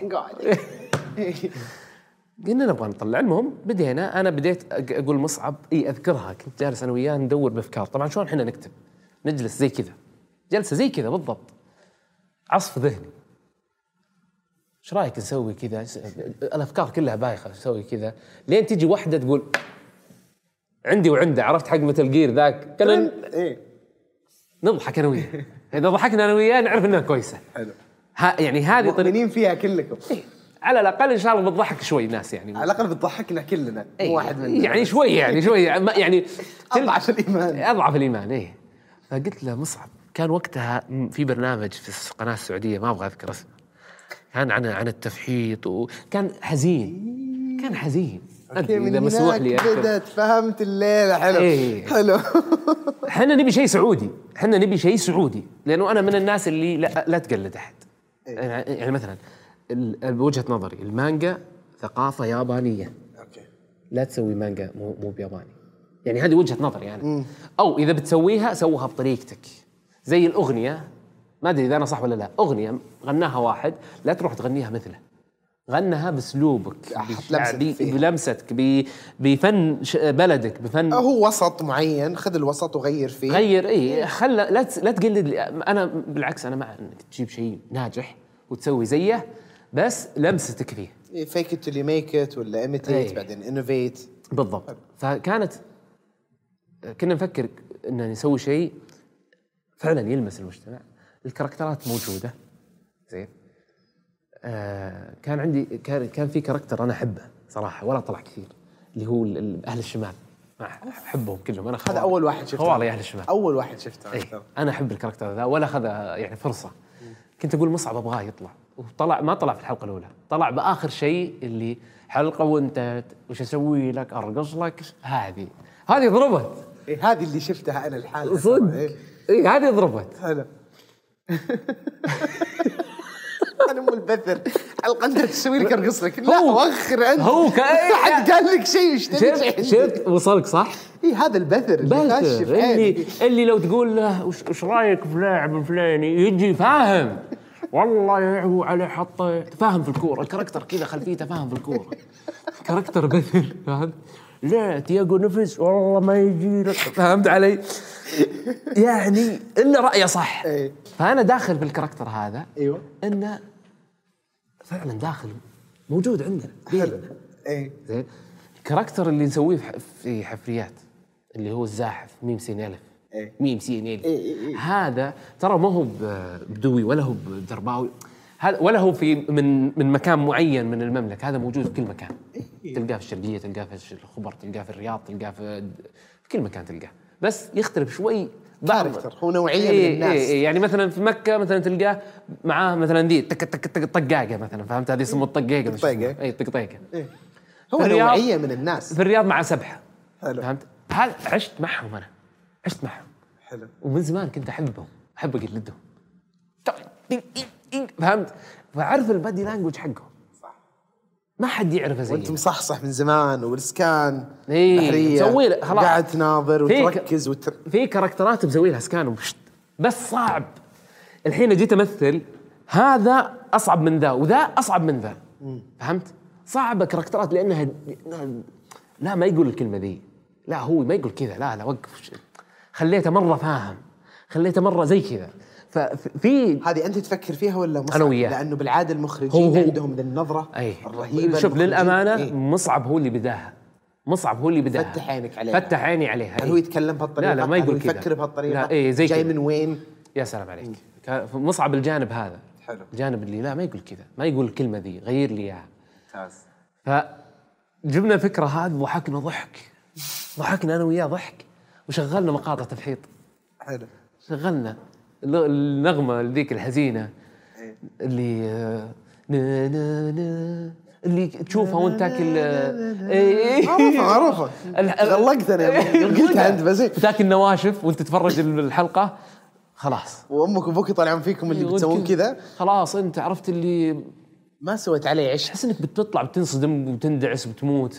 قلنا نبغى نطلع. المهم أنا بديت أقول مصعب أذكرها كنت جالس أنا وياه ندور بأفكار. طبعا شلون إحنا نكتب نجلس زي كذا جلسة زي كذا بالضبط عصف ذهني. ايش رايك نسوي كذا؟ الافكار كلها بايخه نسوي كذا لين تجي واحده تقول عندي وعنده. عرفت حق مثل جير ذاك كنا نضحك انا وياه. اذا ضحكنا انا وياه نعرف انها كويسه. حلو. يعني هذه مؤمنين فيها كلكم. على الاقل ان شاء الله بتضحك شوي ناس يعني. على الاقل بتضحكنا كلنا مو واحد منا يعني شوي يعني اضعف الايمان. فقلت له مصعب كان وقتها في برنامج في القناه السعوديه ما ابغى اذكر اسمه كان عن التفحيط وكان حزين اذا مسموح لي بدأت فهمت الليله. حلو حلو. احنا نبي شيء سعودي لانه انا من الناس اللي لا تقلد احد. يعني مثلا بوجهه نظري المانجا ثقافه يابانيه. لا تسوي مانجا مو بياباني. يعني هذه وجهه نظري يعني. او اذا بتسويها سوها بطريقتك. زي الاغنيه ما ادري اذا انا صح ولا لا. اغنيه غناها واحد لا تروح تغنيها مثله. غنها باسلوبك بلمستك بفن بلدك بفن. هو وسط معين خذ الوسط وغير فيه. غير لا تقلد. انا بالعكس انا مع انك تجيب شيء ناجح وتسوي زيه بس لمستك فيه. فيك ات اللي ميك ات ولا ايميتيت بعدين انوفيت. بالضبط. فكانت كنا نفكر ان نسوي شيء فعلا يلمس المجتمع. الكاركترات موجوده زين. كان عندي كان في كاركتر انا احبه صراحه ولا طلع كثير اللي هو اهل الشمال. احبهم كلهم. انا هذا اول واحد شفته. خوالي اهل الشمال اول واحد شفته. انا احب الكاركتر ذا ولا اخذ يعني فرصه. كنت اقول مصعب ابغاه يطلع وطلع. ما طلع في الحلقه الاولى طلع باخر شيء اللي حلقه وانت وش اسوي لك ارقص لك. هذه ضربت. هذه اللي شفتها انا الحالة صدق. هذه ضربت. هلا انا مو البثر حلقه انت تسوي لك ارقص لك. لا وخر انت. هو حد قال لك شيء شفت وصلك صح. هذا البثر اللي لو تقول له وش رايك في لاعب فلاني يجي فاهم. والله هو عليه حطه فاهم في الكوره. الكاركتر كذا خلفيته فاهم في الكوره. كاركتر بثر فاهم. لا تياغو نفس والله ما يجي لك. فهمت علي يعني إلا رأيه صح. فأنا داخل بالكاركتر هذا. أيوة. إنه فعلا داخل موجود عندنا. زين. الكاركتر اللي نسويه في حفريات اللي هو الزاحف ميم سين ألف. ميم سين ألف. هذا ترى ما هو بدوي ولا هو بدرباوي. هذا ولا هو في من مكان معين من المملكة. هذا موجود في كل مكان. تلقاه في الشرقية تلقاه في الخبر تلقاه في الرياض تلقاه في كل مكان تلقاه. بس يختلف شوي كاركتر، هو نوعيه من الناس. يعني مثلا في مكه مثلا تلقاه معاه مثلا دي تك طقاقه مثلا، فهمت؟ هذه يسموه الطقاقه. اي طقطيقه. هو نوعيه من الناس. في الرياض مع سبحه. حلو. فهمت؟ هذا عشت معهم انا، عشت معهم. حلو. ومن زمان كنت احبهم، احب اقلدهم. فهمت؟ فاعرف البادي لانجوج حقهم. صح. ما حد يعرفه زي. وانت مصحصح من زمان والسكان بحريه تسوي له خلاص، قاعد تناظر وتركز في كاركترات مسوي لها سكان بس صعب. الحين جيت امثل، هذا اصعب من ذا وذا اصعب من ذا. فهمت؟ صعبه كاركترات لانها لا ما يقول الكلمه ذي، لا هو ما يقول كذا، لا وقف، خليته مره فاهم، خليته مره زي كذا. ففي هذه انت تفكر فيها ولا مصعب؟ انا وياه، لانه بالعاده المخرجين عندهم ذا النظره الرهيبه. شوف للامانه مصعب هو اللي بداها، مصعب هو اللي بداها. فتح عينك عليها، فتح عيني عليها. هل هو يتكلم بهالطريقه؟ لا ما يقول كذا، يفكر بهالطريقه. لا زي جاي كدا. من وين؟ يا سلام عليك. مصعب الجانب هذا. حلو. الجانب اللي لا ما يقول كذا، ما يقول الكلمه ذي، غير لي اياها. ممتاز. فجبنا الفكره هذه، ضحكنا ضحكنا انا وياه ضحك، وشغلنا مقاطع تفحيط. حلو. شغلنا النغمه ذيك الحزينه اللي نا نا نا اللي تشوفها وانت تاكل. عرفها غلقت انا قلتها انت بس تاكل نواشف وانت تتفرج الحلقه، خلاص وامك وابوك يطلعون فيكم اللي بتسوون كذا، خلاص انت عرفت اللي ما سويت عليه عش، تحس انك بتطلع بتنصدم وتندعس وتموت.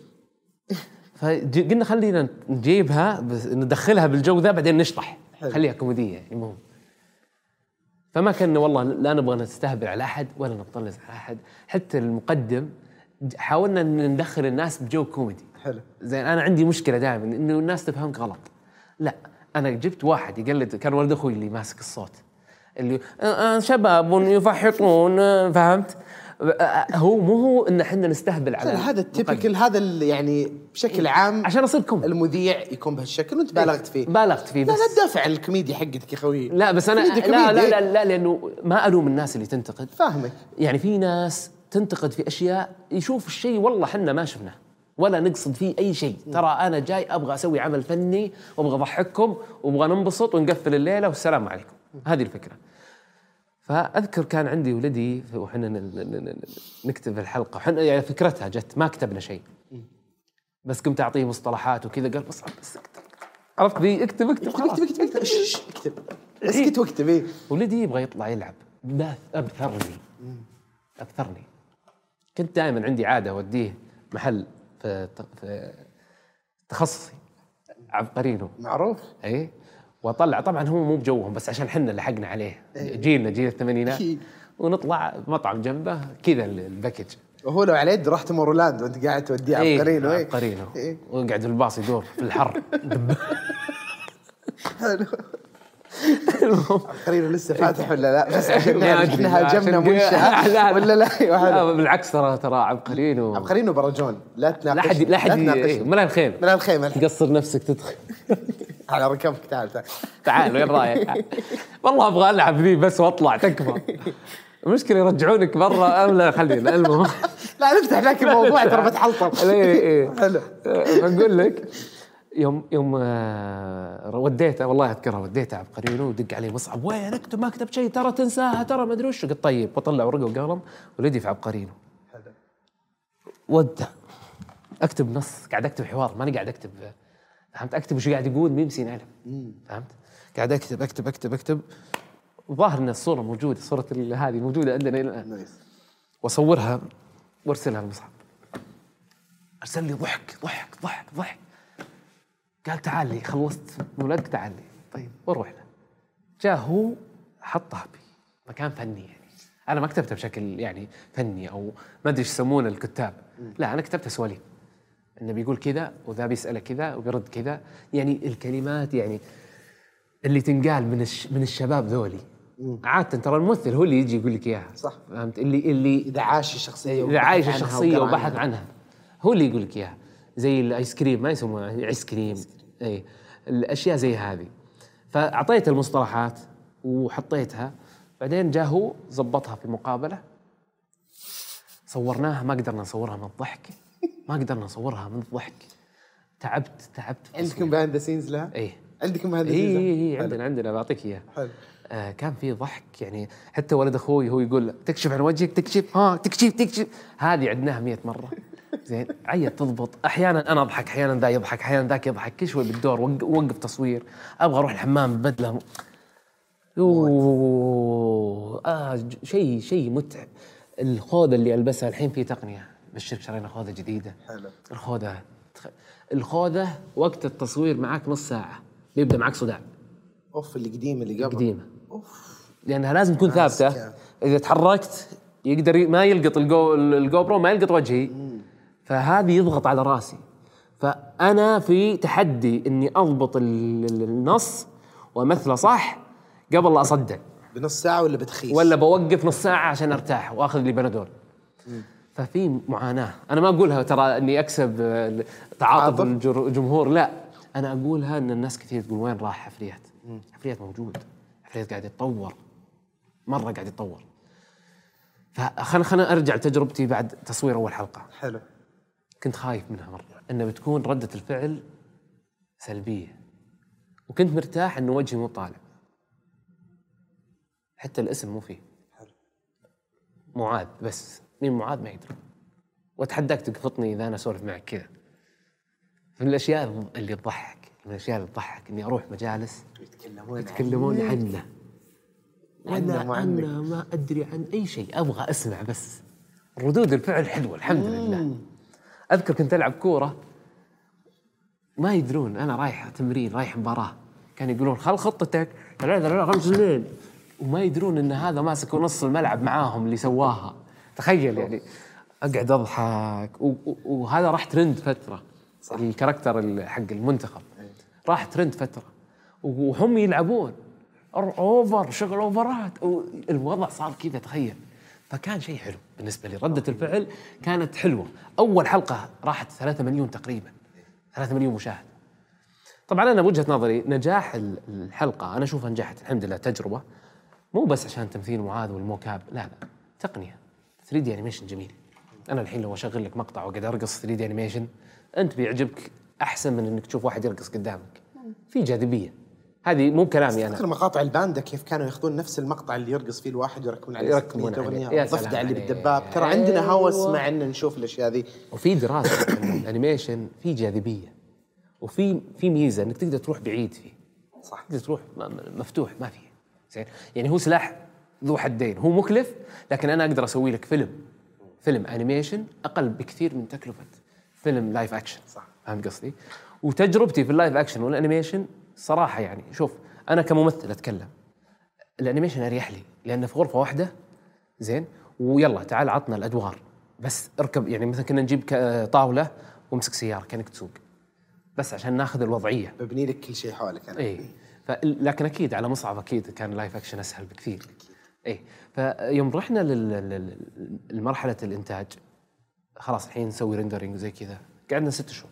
فقلنا خلينا نجيبها ندخلها بالجو ذا بعدين نشطح، خليها كوميديه يعني مهم. فما كان والله لا نبغى نستهبل على احد ولا نطلز على احد، حتى المقدم حاولنا ان ندخل الناس بجو كوميدي. حلو. زين انا عندي مشكله دائما انه الناس تفهمك غلط. لا انا جبت واحد يقلد، كان ولد اخوي اللي ماسك الصوت، اللي شباب يفحطون، فهمت؟ هو مو هو ان احنا نستهبل على هذا التيبيكال، هذا يعني بشكل عام عشان اصير كوميدي المذيع يكون بهالشكل، وانت بالغت فيه. بس لا تدافع عن الكوميديا حقتك يا خوي. لا بس انا لا لانه ما الوم الناس اللي تنتقد. فاهمك. يعني في ناس تنتقد في اشياء يشوف الشيء والله حنا ما شفناه ولا نقصد فيه اي شيء، ترى انا جاي ابغى اسوي عمل فني وابغى اضحككم وابغى ننبسط ونقفل الليله والسلام عليكم. هذه الفكره. فاذكر كان عندي ولدي وحنا نكتب الحلقه، وحنا يعني فكرتها جت ما كتبنا شيء، بس قمت اعطيه مصطلحات وكذا، قال بس اكتب، عرفت ذي اكتب اكتب اسكت واكتب. ايه ولدي يبغى يطلع يلعب، ابثرني. كنت دائما عندي عاده اوديه محل في تخصصي عبقرينو معروف. اي واطلع، طبعا هو مو بجوهم بس عشان حنا لحقنا عليه، جيل الثمانينات، ونطلع مطعم جنبه كذا الباكج. وهو لو على يد رحت مورولاند وانت قاعد توديه عبقرينو. عبقرينو وقعد الباص يدور في الحر. عبقرينو لسه فاتح ولا لا؟ بس عشان نعرف انها هاجمنا منشأة ولا لا؟ بالعكس ترى عبقرينو برجون. لا تناقش لا حد من الخيمه قصر نفسك تدخل على ركبك. تعال وين رايح؟ والله ابغى العب ذي بس واطلع تكفى. المشكله يرجعونك برا لا خلينا المهم لا نفتح لك الموضوع ترى بتحلطم. ايه حلو. بقول لك يوم وديته، والله اذكرها، وديته عبقرينو ودق عليه مصعب، وين اكتب ما كتبت شيء ترى تنساها ترى ما ادري وش. قلت طيب، بطلع ورقه وقلم ولدي في عبقرينو. ودع اكتب نص، قاعد اكتب حوار ماني قاعد اكتب، فهمت؟ اكتب وش قاعد يقول ميم سين علم، فهمت؟ قاعد اكتب وظاهر ان الصوره موجوده، صوره هذه موجوده عندنا الان، واصورها وارسلها لمصعب. ارسل لي ضحك. قال تعال لي خلصت ولدك تعال لي. طيب وروحنا. جاء هو حطها بمكان فني، يعني انا ما كتبتها بشكل يعني فني او ما ادري ايش يسمونه الكتاب، لا انا كتبتها سواليف، انه بيقول كذا وذا بيسأله كذا وبيرد كذا، يعني الكلمات يعني اللي تنقال من الشباب ذولي. عادة ترى الممثل هو اللي يجي يقول لك اياها، صح؟ فهمت؟ اللي اذا عاش الشخصيه وبحث عنها هو اللي يقول لك اياها. زي الايس كريم ما يسمونه ايس كريم، اي الاشياء زي هذه. فاعطيت المصطلحات وحطيتها، بعدين جاء هو زبطها في مقابله، صورناها، ما قدرنا نصورها من الضحك، تعبت عندكم بيهايند ذا سينز لها؟ ايه عندكم هذه اي عندنا بعطيك اياه. كان في ضحك يعني، حتى ولد اخوي هو يقول تكشف عن وجهك، تكشف هذه عدناها 100 مره. زين عيد تضبط، احيانا انا اضحك، احيانا ذا يضحك، احيانا ذاك يضحك، كل شوي بالدور وقف تصوير، ابغى اروح الحمام ببدله. شيء متعب. الخوذه اللي البسها الحين في تقنيه بالشركه، شرينا خوذه جديده. حلو. الخوذه وقت التصوير معك نص ساعه، بيبدا معك صداع. اللي قديمه اللي قبل قديمه. لانها لازم تكون ثابته. اذا تحركت يقدر ما يلقط الجو برو، ما يلقط وجهي. فهذه يضغط على راسي. فانا في تحدي اني اضبط النص وامثله صح قبل لا اصدع. بنص ساعه ولا بتخيس ولا بوقف نص ساعه عشان ارتاح واخذ لي بنادول. ففي معاناه. انا ما اقولها ترى اني اكسب تعاطف الجمهور، لا، انا اقولها ان الناس كثير تقول وين راح حفريات. حفريات موجود، حفريات قاعد يتطور، مره قاعد يتطور. فخلنا ارجع لتجربتي بعد تصوير اول حلقه. حلو. كنت خايف منها مره، انه بتكون رده الفعل سلبيه، وكنت مرتاح انه وجهي مو طالع، حتى الاسم مو فيه. حلو. معاذ، بس مين معاذ ما يدري. واتحداك تقفطني اذا انا اسولف معك كذا. من الاشياء اللي تضحك اني اروح مجالس يتكلمون عنه. أنا ما أدري عن أي شيء، أبغى أسمع بس. ردود الفعل حلوة الحمد لله. أذكر كنت ألعب كورة، ما يدرون أنا رايح تمرين، رايح مباراة، كانوا يقولون خل خطتك 3-5-2، وما يدرون إن هذا ماسك نص الملعب معاهم اللي سواها. تخيل يعني، أقعد أضحك. وهذا راح ترند فترة. الكاركتر حق المنتخب راح ترند فترة، وهم يلعبون أوفر، شغل أوفرات، والوضع صار كذا. تخيل. فكان شيء حلو بالنسبة لي، ردة الفعل كانت حلوة. أول حلقة راحت 3 مليون تقريبا، 3 مليون مشاهد. طبعا أنا بوجهة نظري نجاح الحلقة أنا أشوفها نجحت الحمد لله، تجربة مو بس عشان تمثيل معاذ والموكاب، لا تقنية 3D أنيميشن جميل. أنا الحين لو أشغل لك مقطع وقاعد أرقص 3D أنيميشن أنت بيعجبك أحسن من إنك تشوف واحد يرقص قدامك. في جاذبية. هذه مو كلامي أنا. فكر مقاطع الباندا كيف كانوا ياخذون نفس المقطع اللي يرقص فيه الواحد ويركبون عليه أغنية، الضفدع اللي بالدباب. ترى عندنا هوس مع إن نشوف الأشياء ذي. وفي دراسة الأنيميشن في جاذبية، وفي ميزة إنك تقدر تروح بعيد فيه. صح. تقدر تروح مفتوح ما فيه. زين يعني هو سلاح ذو حدين، هو مكلف، لكن أنا أقدر أسوي لك فيلم أنيميشن أقل بكثير من تكلفة فيلم لايف أكشن. صح. فهمت قصدي؟ وتجربتي في اللايف أكشن والأنيميشن صراحة يعني، شوف أنا كممثل أتكلم، الأنيميشن أريح لي لأنه في غرفة واحدة. زين، ويلا تعال عطنا الأدوار بس اركب. يعني مثلا كنا نجيب طاولة وامسك سيارة كأنك تسوق، بس عشان ناخذ الوضعية. ببني لك كل شيء حولك أنا. إيه. لكن أكيد على مصعب أكيد كان لايف أكشن أسهل بكثير. إيه. فيوم رحنا لمرحلة الإنتاج، خلاص الحين نسوي ريندرينج وزي كذا، قعدنا 6 شهور.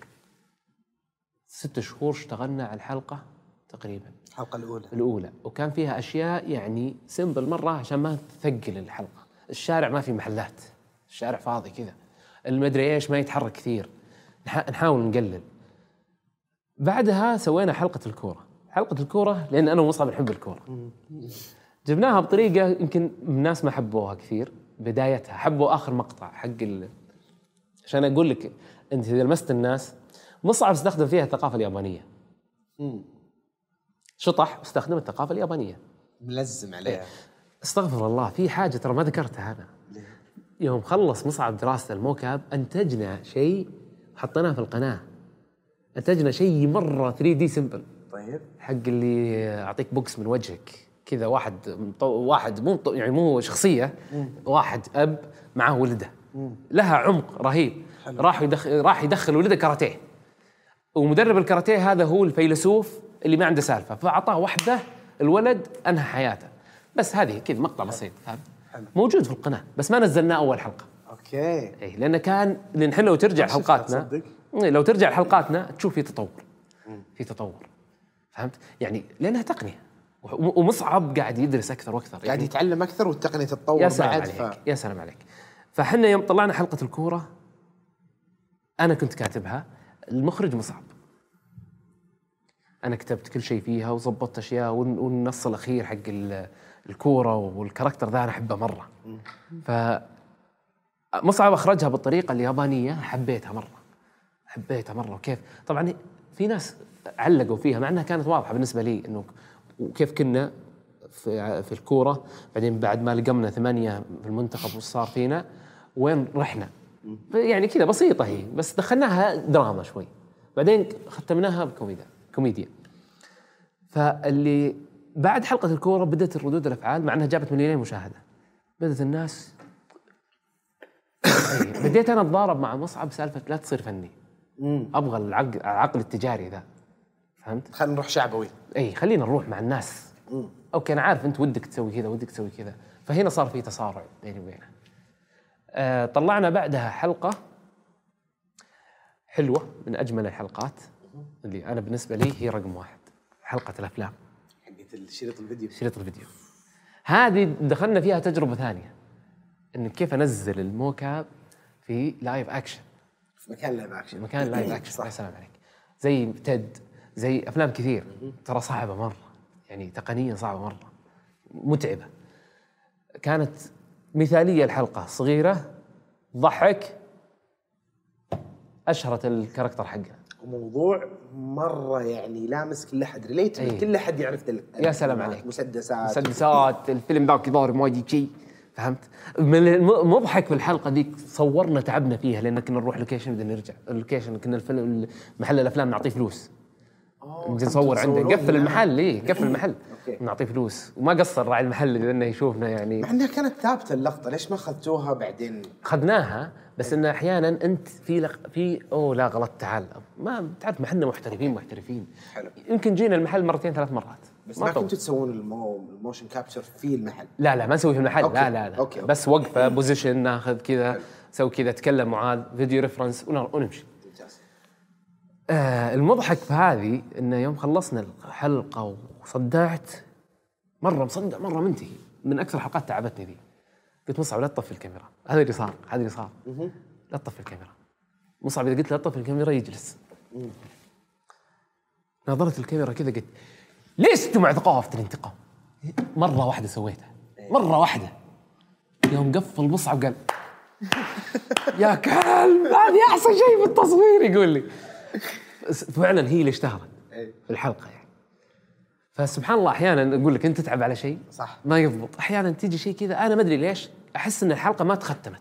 6 شهور اشتغلنا على الحلقة تقريبا، الحلقة الأولى، وكان فيها أشياء يعني سيمبل مرة عشان ما تثقل الحلقة. الشارع ما في محلات، الشارع فاضي كذا، المدري إيش ما يتحرك كثير، نحاول نقلل. بعدها سوينا حلقة الكورة لأن أنا ومصعب نحب الكورة. جبناها بطريقة يمكن الناس ما حبوها كثير بدايتها، حبوا آخر مقطع حق عشان أقول لك أنت إذا لمست الناس. مصعب استخدم فيها الثقافة اليابانية. شطح واستخدم الثقافة اليابانية، ملزم عليها. استغفر الله، في حاجة ترى ما ذكرتها أنا. يوم خلص مصعب دراسة الموكاب أنتجنا شيء حطيناه في القناة. أنتجنا شيء مرة 3D سيمبل. طيب. حق اللي أعطيك بوكس من وجهك كذا، واحد مو شخصية، واحد أب معه ولده، لها عمق رهيب. راح يدخل ولده كاراتيه، ومدرب الكاراتيه هذا هو الفيلسوف اللي ما عنده سالفة، فأعطاه واحدة الولد أنهى حياته. بس هذه كذا مقطع بسيط موجود في القناة، بس ما نزلناه أول حلقة. أوكي. إيه، لأن إحنا لو ترجع حلقاتنا تشوف في تطور. فهمت؟ يعني لأنها تقنية، ومصعب قاعد يدرس أكثر وأكثر، قاعد يتعلم أكثر، والتقنية تتطور. يا سلام عليك. فحنا يوم طلعنا حلقة الكورة أنا كنت كاتبها، المخرج مصعب، انا كتبت كل شيء فيها وظبطت اشياء، والنص الاخير حق الكوره والكاركتر ذا انا احبه مره. ف مصعب اخرجها بالطريقه اليابانيه، حبيتها مره. وكيف طبعا في ناس علقوا فيها مع انها كانت واضحه بالنسبه لي، انه وكيف كنا في الكوره، بعدين بعد ما لقمنا 8 في المنتخب وصار فينا وين رحنا، يعني كذا بسيطه هي، بس دخلناها دراما شوي، بعدين ختمناها بكوميديا. فاللي بعد حلقه الكوره بدات الردود الافعال، مع انها جابت مليونين مشاهده، بدات الناس بديت انا اتضارب مع مصعب سالفه لا تصير فني، ابغى العقل التجاري ذا، فهمت؟ خلينا نروح شعبوي. خلينا نروح مع الناس. اوكي انا عارف انت ودك تسوي كذا، فهنا صار في تصارع بيني وبينه. طلعنا بعدها حلقه حلوه من اجمل الحلقات اللي انا بالنسبه لي هي رقم 1، حلقه الافلام حقت شريط الفيديو. هذه دخلنا فيها تجربه ثانيه، ان كيف انزل الموكاب في لايف اكشن، في مكان لايف اكشن. يا سلام عليك. زي تيد، زي افلام كثير ترى صعبه مره، يعني تقنيا صعبه مره، متعبه. كانت مثاليه الحلقه، صغيره، ضحك، اشهرت الكاركتر حقها، وموضوع مره يعني لامس كل احد، ريليت كل احد يعرف يا سلام عليك. مسدسات الفيلم ذاك يضارب ما يجي شيء، فهمت؟ مضحك في الحلقه ذيك، صورنا تعبنا فيها لان كنا نروح لوكيشن بدنا نرجع اللوكيشن، كنا الفيلم محل الافلام نعطيه فلوس، نجي نصور عنده، نقفل المحل قفل المحل نعطيه فلوس، وما قصر راعي المحل لانه يشوفنا يعني، مع انها كانت ثابته اللقطه، ليش ما اخذتوها بعدين؟ اخذناها بس انه احيانا انت في لا غلط، تعال ما تعرف محلنا محترفين. حلو. يمكن جينا المحل 2-3 مرات، بس ما كنتوا تسوون الموشن كابتشر في المحل؟ لا ما نسوي في المحل. أوكي. لا أوكي. بس وقفه بوزيشن، ناخذ كذا، سوي كذا، تكلم معاذ، فيديو ريفرنس ونمشي. ممتاز. المضحك في هذه انه يوم خلصنا الحلقه وصدعت مره منتهي، من اكثر الحلقات تعبتني ذي. قلت مصعب لا تطفي الكاميرا، هذا اللي صار لا تطفي الكاميرا. مصعب اذا قلت لا تطفي الكاميرا يجلس. نظرت الكاميرا كذا قلت لست مع ثقافه الانتقام. مره واحده سويتها، مره واحده. يوم قفل مصعب قال يا كلب هذه احسن شيء في التصوير، يقول لي. فعلا هي اللي اشتهرت في الحلقه يعني. فسبحان الله احيانا اقول لك انت تتعب على شيء صح ما يضبط، احيانا تيجي شيء كذا انا ما ادري ليش احس ان الحلقه ما تختمت،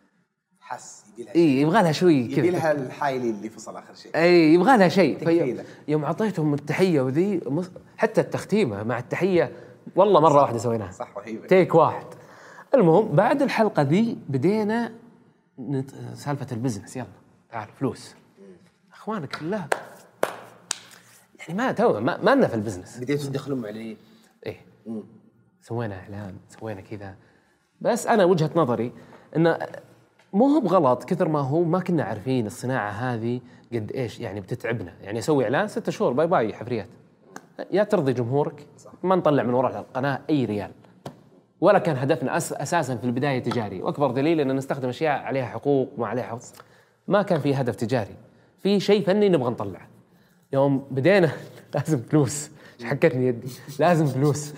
يبغى لها شوي كذا، يبي لها الحايلي اللي فصل اخر شيء، يبغى لها شيء. يوم اعطيتهم التحيه وذي، حتى التختيمه مع التحيه والله مره واحده سويناها صح، رهيبه، تيك واحد. المهم بعد الحلقه ذي بدينا سالفه البزنس، يلا تعال فلوس اخوانك بالله، يعني ما لنا في البزنس، بديتوا تدخلون معلنين. سوينا اعلان، سوينا كذا. بس انا وجهه نظري انه مو هو بغلط، كثر ما هو ما كنا عارفين الصناعه هذه قد ايش يعني بتتعبنا. يعني اسوي اعلان 6 شهور باي حفريات، يا ترضي جمهورك ما نطلع من وراء القناه اي ريال، ولا كان هدفنا اساسا في البدايه تجاري. واكبر دليل ان نستخدم اشياء عليها حقوق وما عليها حقوق، ما كان في هدف تجاري، في شيء فني نبغى نطلعه. يوم بدينا لازم فلوس، حكتني يدي لازم فلوس.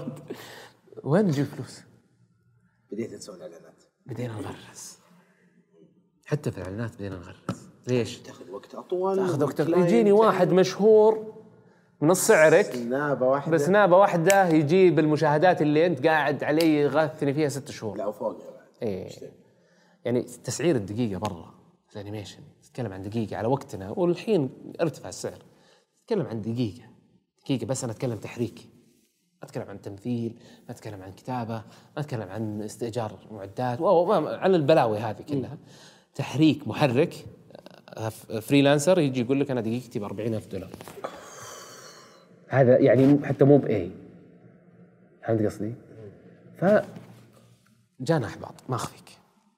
وين نجيب فلوس؟ بديت تسوي اعلانات، بدينا نغرس، حتى في الاعلانات بدينا نغرس. ليش؟ تاخذ وقت اطول، تاخذ وقت. يجيني واحد مشهور من سعرك بس نابه واحده يجيب المشاهدات اللي انت قاعد علي غثني فيها 6 شهور، لا وفوقها بعد. يعني تسعير الدقيقه برا الانيميشن تتكلم عن دقيقه على وقتنا، والحين ارتفع السعر. تتكلم عن دقيقه بس. انا اتكلم تحريك، ما اتكلم عن تمثيل، ما اتكلم عن كتابه، ما اتكلم عن استئجار معدات عن البلاوي هذه كلها. تحريك، محرك، فريلانسر يجي يقول لك انا دقيقتي $40,000. هذا يعني حتى مو باي، فهمت قصدي؟ فجانا احباط ما اخفيك.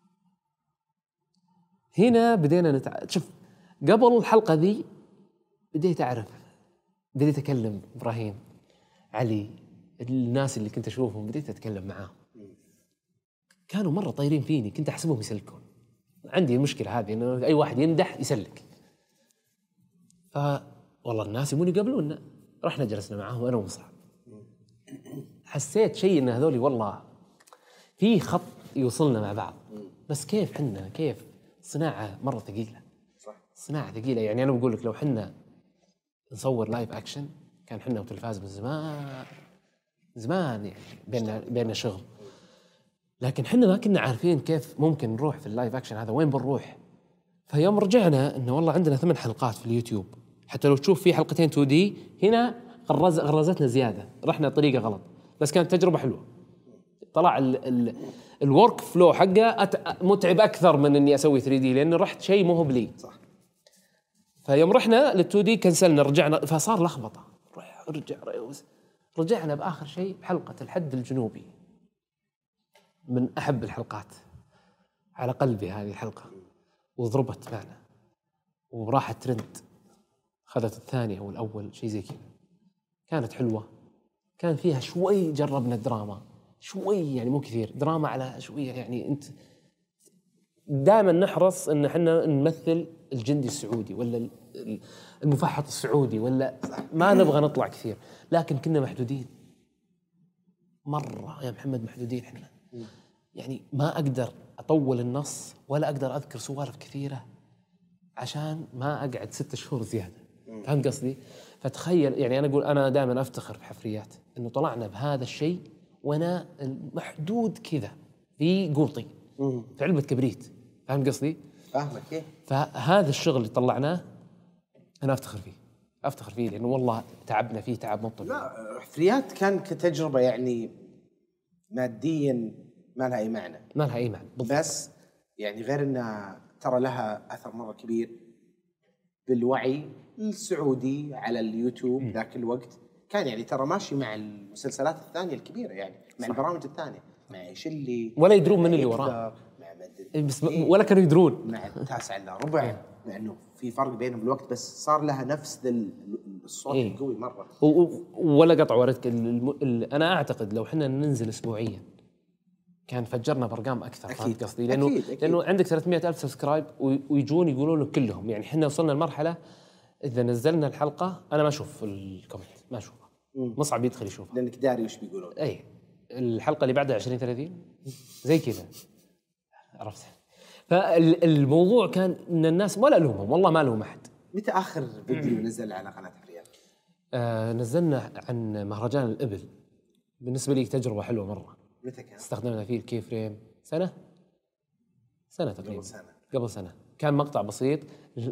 هنا بدينا شوف، قبل الحلقه ذي بديت اكلم ابراهيم، علي، الناس اللي كنت اشوفهم بديت اتكلم معاهم، كانوا مره طايرين فيني، كنت احسبهم يسلكون. عندي المشكله هذه انه اي واحد يمدح يسلك. والله الناس يبون يقابلونا. رحنا جلسنا معاهم انا ومصعب، حسيت شيء ان هذولي والله في خط يوصلنا مع بعض. بس كيف حنا كيف صناعه مره ثقيله، صح صناعه ثقيله. يعني انا بقول لك لو حنا نصور لايف اكشن كان حنا وتلفاز من زمان يعني بيننا شغل، لكن حنا ما كنا عارفين كيف ممكن نروح في اللايف اكشن هذا، وين بنروح. فيوم رجعنا انه والله عندنا 8 حلقات في اليوتيوب، حتى لو تشوف في حلقتين 2 دي هنا غرزتنا زياده، رحنا طريقه غلط، بس كانت تجربه حلوه. طلع الورك فلو حقه متعب اكثر من اني اسوي 3 دي، لانه رحت شيء مو هو بلي. صح. فيوم رحنا لل2 دي كنسلنا، رجعنا فصار لخبطه، رجعنا باخر شيء بحلقه الحد الجنوبي، من احب الحلقات على قلبي هذه الحلقه، وضربت معنا وراحت ترند، خذت الثانيه والاول شيء زي كذا. كانت حلوه، كان فيها شوي جربنا الدراما شوي، يعني مو كثير دراما على شويه. يعني انت دائما نحرص ان احنا نمثل الجندي السعودي ولا المفحط السعودي، ولا ما نبغى نطلع كثير، لكن كنا محدودين مره يا محمد، محدودين احنا. يعني ما اقدر اطول النص ولا اقدر اذكر سوالف كثيره عشان ما اقعد 6 شهور زياده. فهمت قصدي؟ فتخيل يعني انا اقول انا دائما افتخر بحفريات انه طلعنا بهذا الشيء وانا محدود كذا في قوطي في علبه كبريت. فهمت قصدي؟ فاهمك ايه. فهذا الشغل اللي طلعناه انا افتخر فيه لانه والله تعبنا فيه تعب مطلق. لا حفريات كان كتجربه يعني ماديا ما لها اي معنى، بس يعني غير انها ترى لها اثر مره كبير بالوعي السعودي على اليوتيوب. ذاك الوقت كان يعني ترى ماشي مع المسلسلات الثانيه الكبيره، يعني مع صح. البرامج الثانيه مع ايش اللي ولا يدرون من اللي وراه، بس ولا كانوا يدرون مع التاسع الا ربع، مع انه في فرق بينهم بالوقت، بس صار لها نفس الصوت القوي مره. ولا قطع وردك انا اعتقد لو احنا ننزل اسبوعيا كان فجرنا بارقام اكثر. فهمت قصدي؟ لانه عندك 300,000 سبسكرايب ويجون يقولون لك كلهم. يعني احنا وصلنا لمرحله اذا نزلنا الحلقه انا ما اشوف الكومنت، ما اشوفها، مصعب يدخل يشوفها لانك داري وش بيقولون. اي الحلقه اللي بعدها 20-30 زي كذا، عرفت؟ فالموضوع كان ان الناس ولا لهم والله ما لهم احد. متى اخر فيديو نزل على قناه حفريات؟ نزلنا عن مهرجان الإبل، بالنسبه لي تجربه حلوه مره. متى كان؟ استخدمنا فيه الكي فريم سنه تقريبا، قبل سنة. كان مقطع بسيط،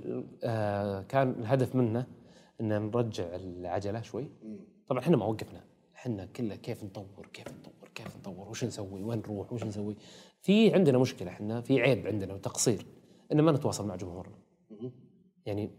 كان الهدف منه ان نرجع العجله شوي. طبعا احنا ما وقفنا، احنا كله كيف نطور وش نسوي، وين نروح، وش نسوي. في عندنا مشكله، احنا في عيب عندنا وتقصير ان ما نتواصل مع جمهورنا. يعني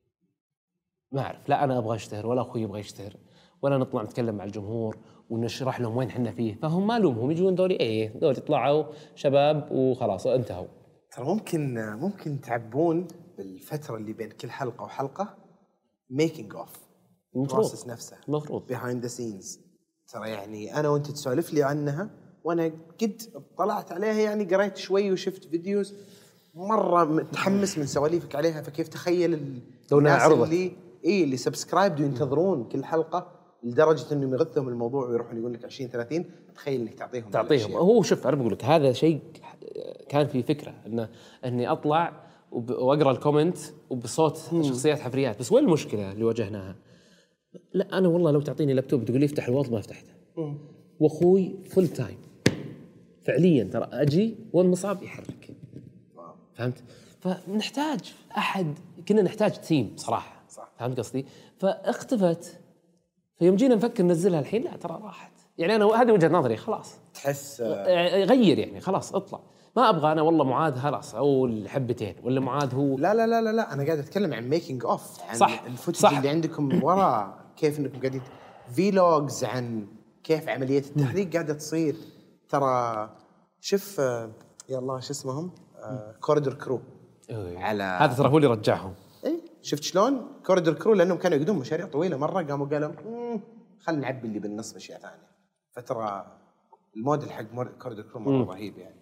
ما اعرف، لا انا ابغى اشتهر ولا اخوي يبغى يشتهر، ولا نطلع نتكلم مع الجمهور ونشرح لهم وين احنا فيه. فهم ما لومهم، يجون دولي دولي طلعوا شباب وخلاص انتهوا. ترى ممكن تعبون بالفتره اللي بين كل حلقه وحلقه ميكينج اوف البروسس نفسها، المفروض بيهايند ذا سينز. ترى يعني انا وانت تسولف لي عنها وانا قد طلعت عليها، يعني قريت شوي وشفت فيديوز، مره متحمس من سواليفك عليها. فكيف تخيل الناس اللي سبسكرايبد وينتظرون كل حلقه لدرجه انهم يغثهم الموضوع ويروحون يقول لك 20-30. تخيل انك تعطيهم. هو شوف انا بقول لك هذا شيء كان في فكره اني اطلع واقرا الكومنت وبصوت شخصيات حفريات. بس وين المشكله اللي واجهناها؟ لا انا والله لو تعطيني لابتوب تقول لي افتح الوورد ما فتحته، واخوي فول تايم فعليا ترى اجي والمصعب يحرك. فهمت؟ فنحتاج احد، كنا نحتاج تيم صراحه. فهمت قصدي؟ فاختفت. فيوم جينا نفكر ننزلها الحين، لا ترى راحت. يعني انا هذه وجهه نظري، خلاص تحس غير، يعني خلاص اطلع. ما ابغى انا والله معاذ خلاص او الحبتين ولا معاذ هو. لا انا قاعد اتكلم عن ميكينج اوف، عن صح الفوتج اللي عندكم ورا، كيف انكم قاعدين فيلوجز عن كيف عمليه التحريك قاعده تصير. ترى شوف يا الله شو اسمهم، كوريدور كرو. على هذا ترى هو اللي رجعهم. شفت شلون كوريدور كرو؟ لانهم كانوا يقدمون مشاريع طويله مره، قاموا قالوا خلينا نعبي اللي بالنص باشياء ثانيه. فترى الموديل حق كوريدور كرو مره رهيب يعني.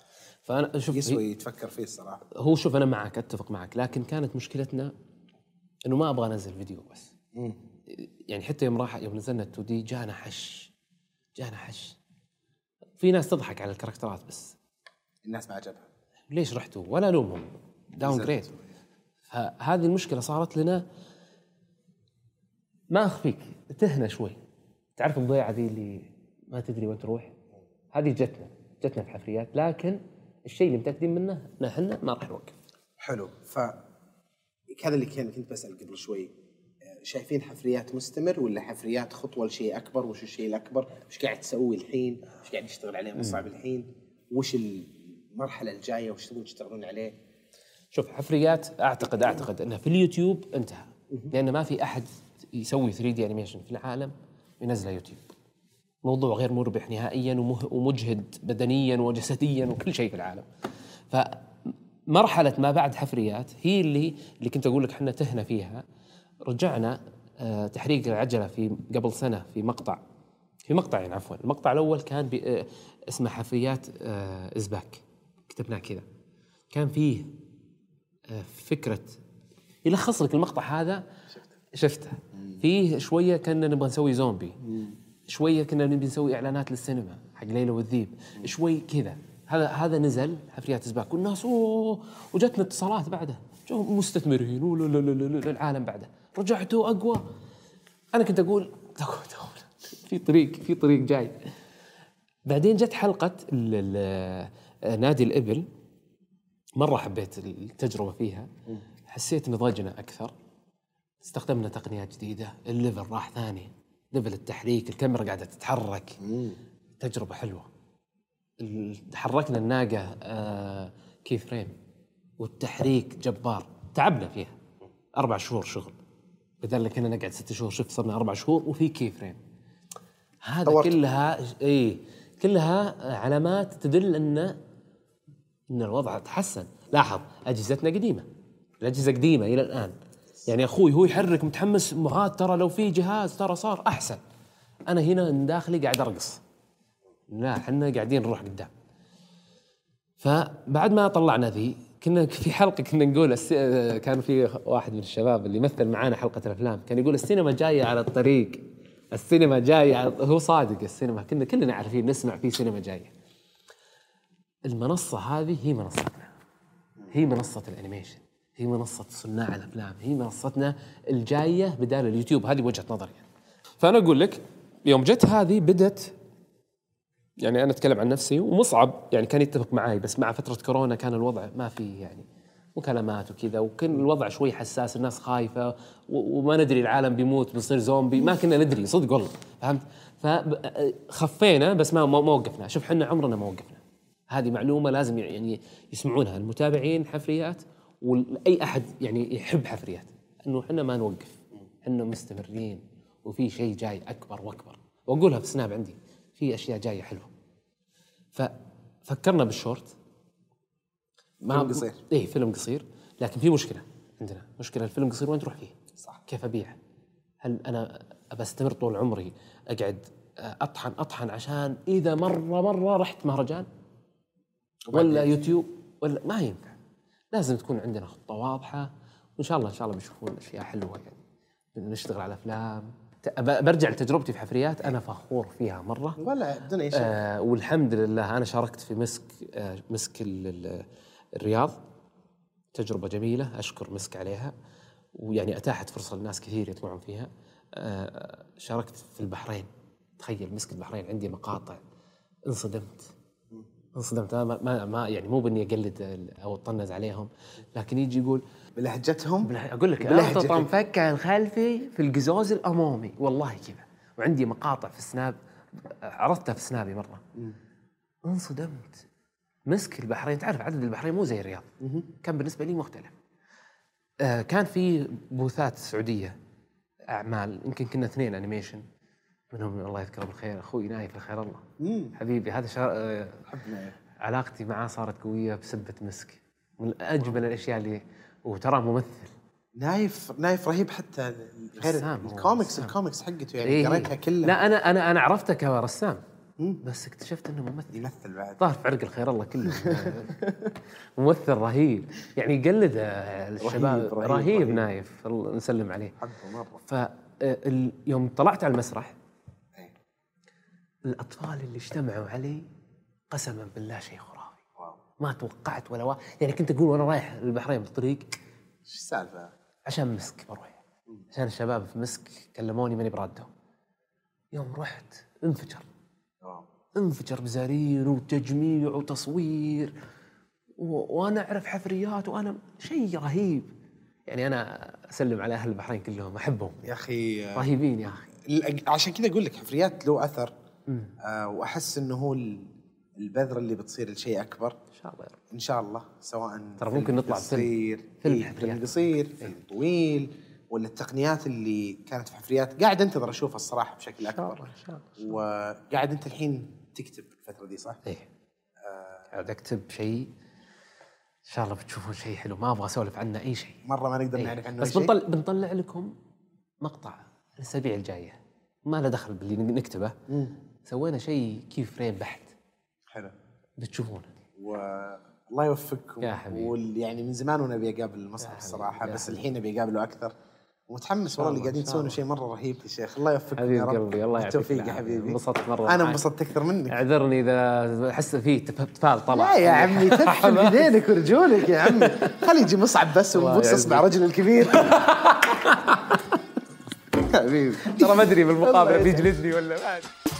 فانا شوف يسوي تفكر فيه الصراحه. هو شوف انا معك، اتفق معك، لكن كانت مشكلتنا انه ما ابغى انزل فيديو بس. يعني حتى يوم نزلنا 2 دي جانا حش. في ناس تضحك على الكاركترات بس الناس ما عجبها. ليش رحتوا؟ ولا لومهم، داون جريد. فهذه المشكله صارت لنا. ما اخفيك تهنا شوي. تعرف الضيعه ذي اللي ما تدري وين تروح؟ هذه جتنا في حفريات، لكن الشيء اللي متاكدين منه ان احنا ما راح نوقف. حلو. هذا اللي كنت بسأل قبل شوي، شايفين حفريات مستمر ولا حفريات خطوة لشيء أكبر؟ وش الشيء الأكبر؟ وش قاعد تسوي الحين؟ وش قاعد يشتغل عليه مصعب الحين؟ وش المرحلة الجاية؟ وش تبون تشتغلون عليه؟ شوف، حفريات أعتقد أنها في اليوتيوب انتهى، لأن ما في أحد يسوي 3D أنيميشن في العالم ينزله يوتيوب. موضوع غير مربح نهائيا ومجهد بدنيا وجسديا وكل شيء في العالم. فمرحلة ما بعد حفريات هي اللي كنت أقول لك احنا تهنا فيها. رجعنا تحريك العجلة في قبل سنة في مقطعين عفوا. المقطع الأول كان اسمه حفريات إزباك، كتبناه كذا. كان فيه فكرة يلخص لك المقطع هذا، شفته فيه شوية كنا نبغى نسوي زومبي، شوية كنا نبي نسوي إعلانات للسينما حق ليلى والذيب، شوي كذا. هذا نزل حفريات إزباك، والناس وجتنا اتصالات بعده، جو مستثمرين العالم بعده. رجعتوا أقوى. أنا كنت أقول في طريق جاي. بعدين جت حلقة نادي الإبل، مرة حبيت التجربة فيها، حسيت نضجنا أكثر، استخدمنا تقنيات جديدة، الليفل راح ثاني، ليفل التحريك، الكاميرا قاعدة تتحرك، تجربة حلوة. حركنا الناقة كي فريم، والتحريك جبار. تعبنا فيها 4 شهور شغل، بدل كنا نقعد 6 شهور. شفت صرنا 4 شهور وفي كي فريم. هذا كلها علامات تدل ان الوضع تحسن. لاحظ أجهزتنا قديمة، الأجهزة قديمة إلى الآن. يعني أخوي هو يحرك متحمس، مغاد ترى لو في جهاز ترى صار أحسن. أنا هنا من داخلي قاعد أرقص، لا حنا قاعدين نروح قدام. فبعد ما طلعنا ذي، كنا في حلقة كنا نقول كان في واحد من الشباب اللي مثل معانا حلقة الأفلام كان يقول السينما جاية على الطريق، السينما جاية هو صادق. السينما كلنا عارفين، نسمع في سينما جاية. المنصة هذه هي منصتنا، هي منصة الأنيميشن، هي منصة صناع الأفلام، هي منصتنا الجاية بدال اليوتيوب. هذه وجهة نظري. فأنا أقول لك يوم جت هذه بدت، يعني أنا أتكلم عن نفسي ومصعب يعني كان يتفق معي، بس مع فترة كورونا كان الوضع ما فيه يعني مكالمات وكذا، وكان الوضع شوي حساس، الناس خايفة وما ندري العالم بيموت بنصير زومبي، ما كنا ندري صدق والله، فهمت؟ فخفينا بس ما وقفنا. شوف حنا عمرنا ما وقفنا. هذه معلومة لازم يعني يسمعونها المتابعين حفريات وأي أحد يعني يحب حفريات، إنه حنا ما نوقف، حنا مستمرين وفي شيء جاي أكبر وأكبر. وأقولها في سناب عندي، في أشياء جاية حلوة. ففكرنا بالشورت، فيلم قصير. إيه فيلم قصير، لكن في مشكلة عندنا، مشكلة الفيلم قصير وين تروح فيه؟ صح. كيف أبيع؟ هل أنا أستمر طول عمري أقعد أطحن عشان إذا مرة رحت مهرجان ولا يوتيوب ولا ما ينفع؟ لازم تكون عندنا خطة واضحة، وإن شاء الله بيشوفون أشياء حلوة. يعني نشتغل على أفلام. برجع لتجربتي في حفريات، أنا فخور فيها مرة ولا بدون أي شيء. والحمد لله. أنا شاركت في مسك الرياض، تجربة جميلة أشكر مسك عليها، ويعني أتاحت فرصة للناس كثير يطلعون فيها. شاركت في البحرين، تخيل مسك البحرين عندي مقاطع، انصدمت. ما يعني مو بني أقلد أو أطنز عليهم، لكن يجي يقول بلهجتهم. أقول لك أخطط مفكة الخلفي في القزوز الأمامي، والله كذا. وعندي مقاطع في السناب، عرضتها في سنابي مرة. انصدمت. مسك البحرين، تعرف عدد البحرين مو زي الرياض، كان بالنسبة لي مختلف. كان في بوثات سعودية أعمال، يمكن كنا 2 أنيميشن منهم الله يذكره بالخير أخوي نايف الخير الله حبيبي. هذا علاقتي معاه صارت قوية بسبة مسك، من أجمل الأشياء اللي، وترى ممثل نايف رهيب. حتى غير الكوميكس حقته يعني قريتها كلها. لا أنا عرفته كرسام، بس اكتشفت انه ممثل يمثل بعد. ظهر في عرق الخير الله كله. ممثل رهيب يعني، يقلد الشباب. رهيب نايف، نسلم عليه. فيوم طلعت على المسرح الأطفال اللي اجتمعوا علي قسما بالله شيء خرافي. ما توقعت ولا يعني كنت أقول وأنا رايح البحرين بالطريق إيش السالفة؟ عشان مسك بروح، عشان الشباب في مسك كلموني ماني برادهم. يوم رحت انفجر بزارين وتجميع وتصوير وأنا أعرف حفريات وأنا شيء رهيب يعني. أنا أسلم على أهل البحرين كلهم، أحبهم يا أخي، رهيبين يا أخي. عشان كذا أقول لك حفريات له أثر. وأحس إنه هو البذرة اللي بتصير لشيء أكبر إن شاء الله. إن شاء الله، سواء ترى ممكن نطلع فيلم قصير، فيلم طويل، ولا التقنيات اللي كانت في حفريات. قاعد أنتظر أشوفها الصراحة بشكل أكبر. إن شاء الله. وقاعد أنت الحين تكتب الفترة دي صح؟ إيه. قاعد أكتب شيء إن شاء الله بتشوفون شيء حلو. ما أبغى أسولف عنه أي شيء مرة، ما نقدر نعرف عنه بس بنطلع لكم مقطع الأسابيع الجاية ما له دخل باللي نكتبه. سوينا شيء كيف فريم بحت حلو بتشوفونه. والله يوفقكم يا حبيبي. يعني من زمان وانا ابي اقابل المسرح الصراحه، بس الحين ابي اقابله اكثر. ومتحمس والله اللي قاعدين تسوونه شيء مرة رهيب يا شيخ. الله يوفقكم يا رب. قلبي الله يعطيك التوفيق يا حبيبي. انبسطت مرة. أنا انبسطت أكثر منك. اعذرني إذا أحس فيه تفال طلع. لا يا عمي، تفحل بيدينك ورجولك يا عمي. خلي يجي مصعب بس ونبص اصبع رجل الكبير. حبيبي ترى ما أدري بالمقابلة بيجلدني ولا ما أدري.